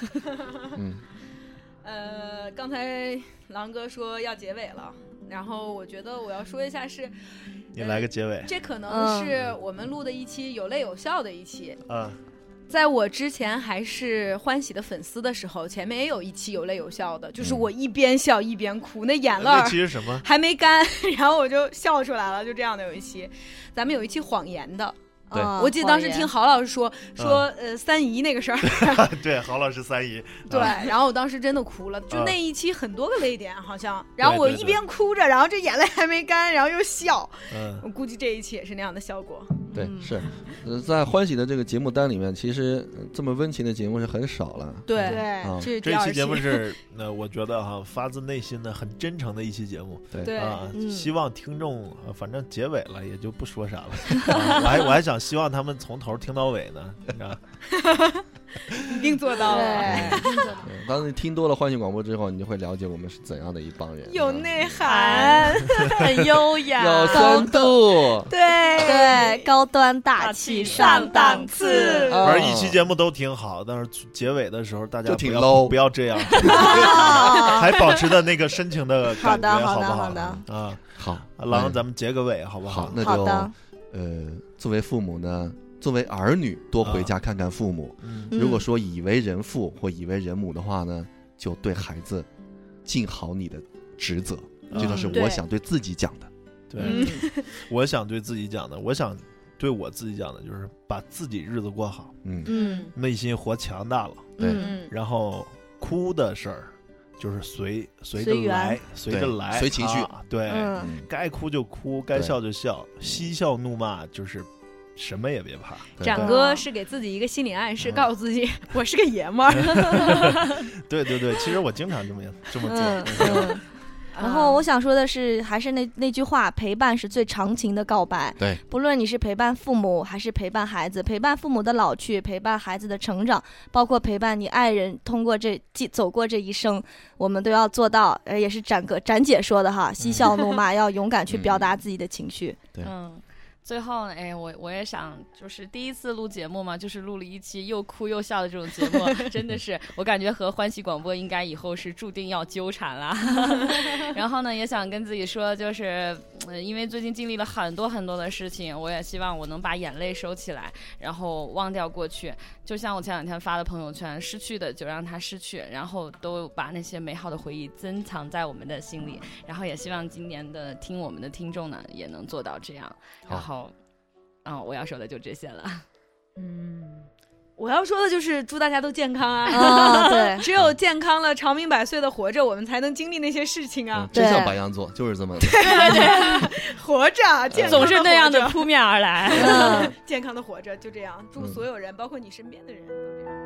刚才狼哥说要结尾了，然后我觉得我要说一下是， 你来个结尾。 这可能是我们录的一期有泪有笑的一期。在我之前还是欢喜的粉丝的时候，前面也有一期有泪有笑的，就是我一边笑一边哭，那眼泪那期是什么？ 还没干，然后我就笑出来了，就这样的有一期。咱们有一期谎言的。 对， 我记得当时听郝老师说三姨那个事儿， 对，郝老师三姨， 对，然后我当时真的哭了，就那一期很多个泪点好像，然后我一边哭着，然后这眼泪还没干，然后又笑，我估计这一期也是那样的效果。 对，是，在欢喜的这个节目单里面，其实这么温情的节目是很少了。 对， 这一期节目是我觉得哈发自内心的很真诚的一期节目。 对希望听众反正结尾了也就不说啥了，我还想希望他们从头听到尾呢，你知道。 一定做到了。 当你听多了欢喜广播之后，你就会了解我们是怎样的一帮人， 有内涵，很优雅， 有深度， 对，高端大气上档次。 而一期节目都挺好，但是结尾的时候大家就挺 low， 不要这样，还保持着那个深情的感觉，好不好？啊， 好， 狼，咱们结个尾好不好？ 好，那就作为父母呢。作为儿女，多回家看看父母。如果说以为人父或以为人母的话呢，就对孩子尽好你的职责。这就是我想对自己讲的。 对，我想对自己讲的，我想对我自己讲的，就是把自己日子过好。内心活强大了。 对， 然后哭的事儿就是随着来，随情绪。 对，该哭就哭，该笑就笑，嬉笑怒骂就是。什么也别怕。 展哥是给自己一个心理暗示，告诉自己我是个爷们儿。 对，其实我经常这么做。 然后我想说的是，还是那句话，陪伴是最长情的告白。 对， 不论你是陪伴父母还是陪伴孩子，陪伴父母的老去，陪伴孩子的成长，包括陪伴你爱人通过走过这一生，我们都要做到。也是展姐说的哈，嬉笑怒骂，要勇敢去表达自己的情绪。 对。 最后呢，我也想，就是第一次录节目嘛，就是录了一期又哭又笑的这种节目，真的是我感觉和欢喜广播应该以后是注定要纠缠啦。然后呢，也想跟自己说，就是因为最近经历了很多很多的事情，我也希望我能把眼泪收起来，然后忘掉过去。就像我前2天发的朋友圈，失去的就让它失去，然后都把那些美好的回忆珍藏在我们的心里。然后也希望今年的听我们的听众呢，也能做到这样。然后，我要说的就这些了。 我要说的就是祝大家都健康啊！ 对， 只有健康了，长命百岁的活着，我们才能经历那些事情啊！ 真像白羊座，就是这么对，活着，健康总是那样的扑面而来。 健康的活着，就这样。祝所有人，包括你身边的人，都这样。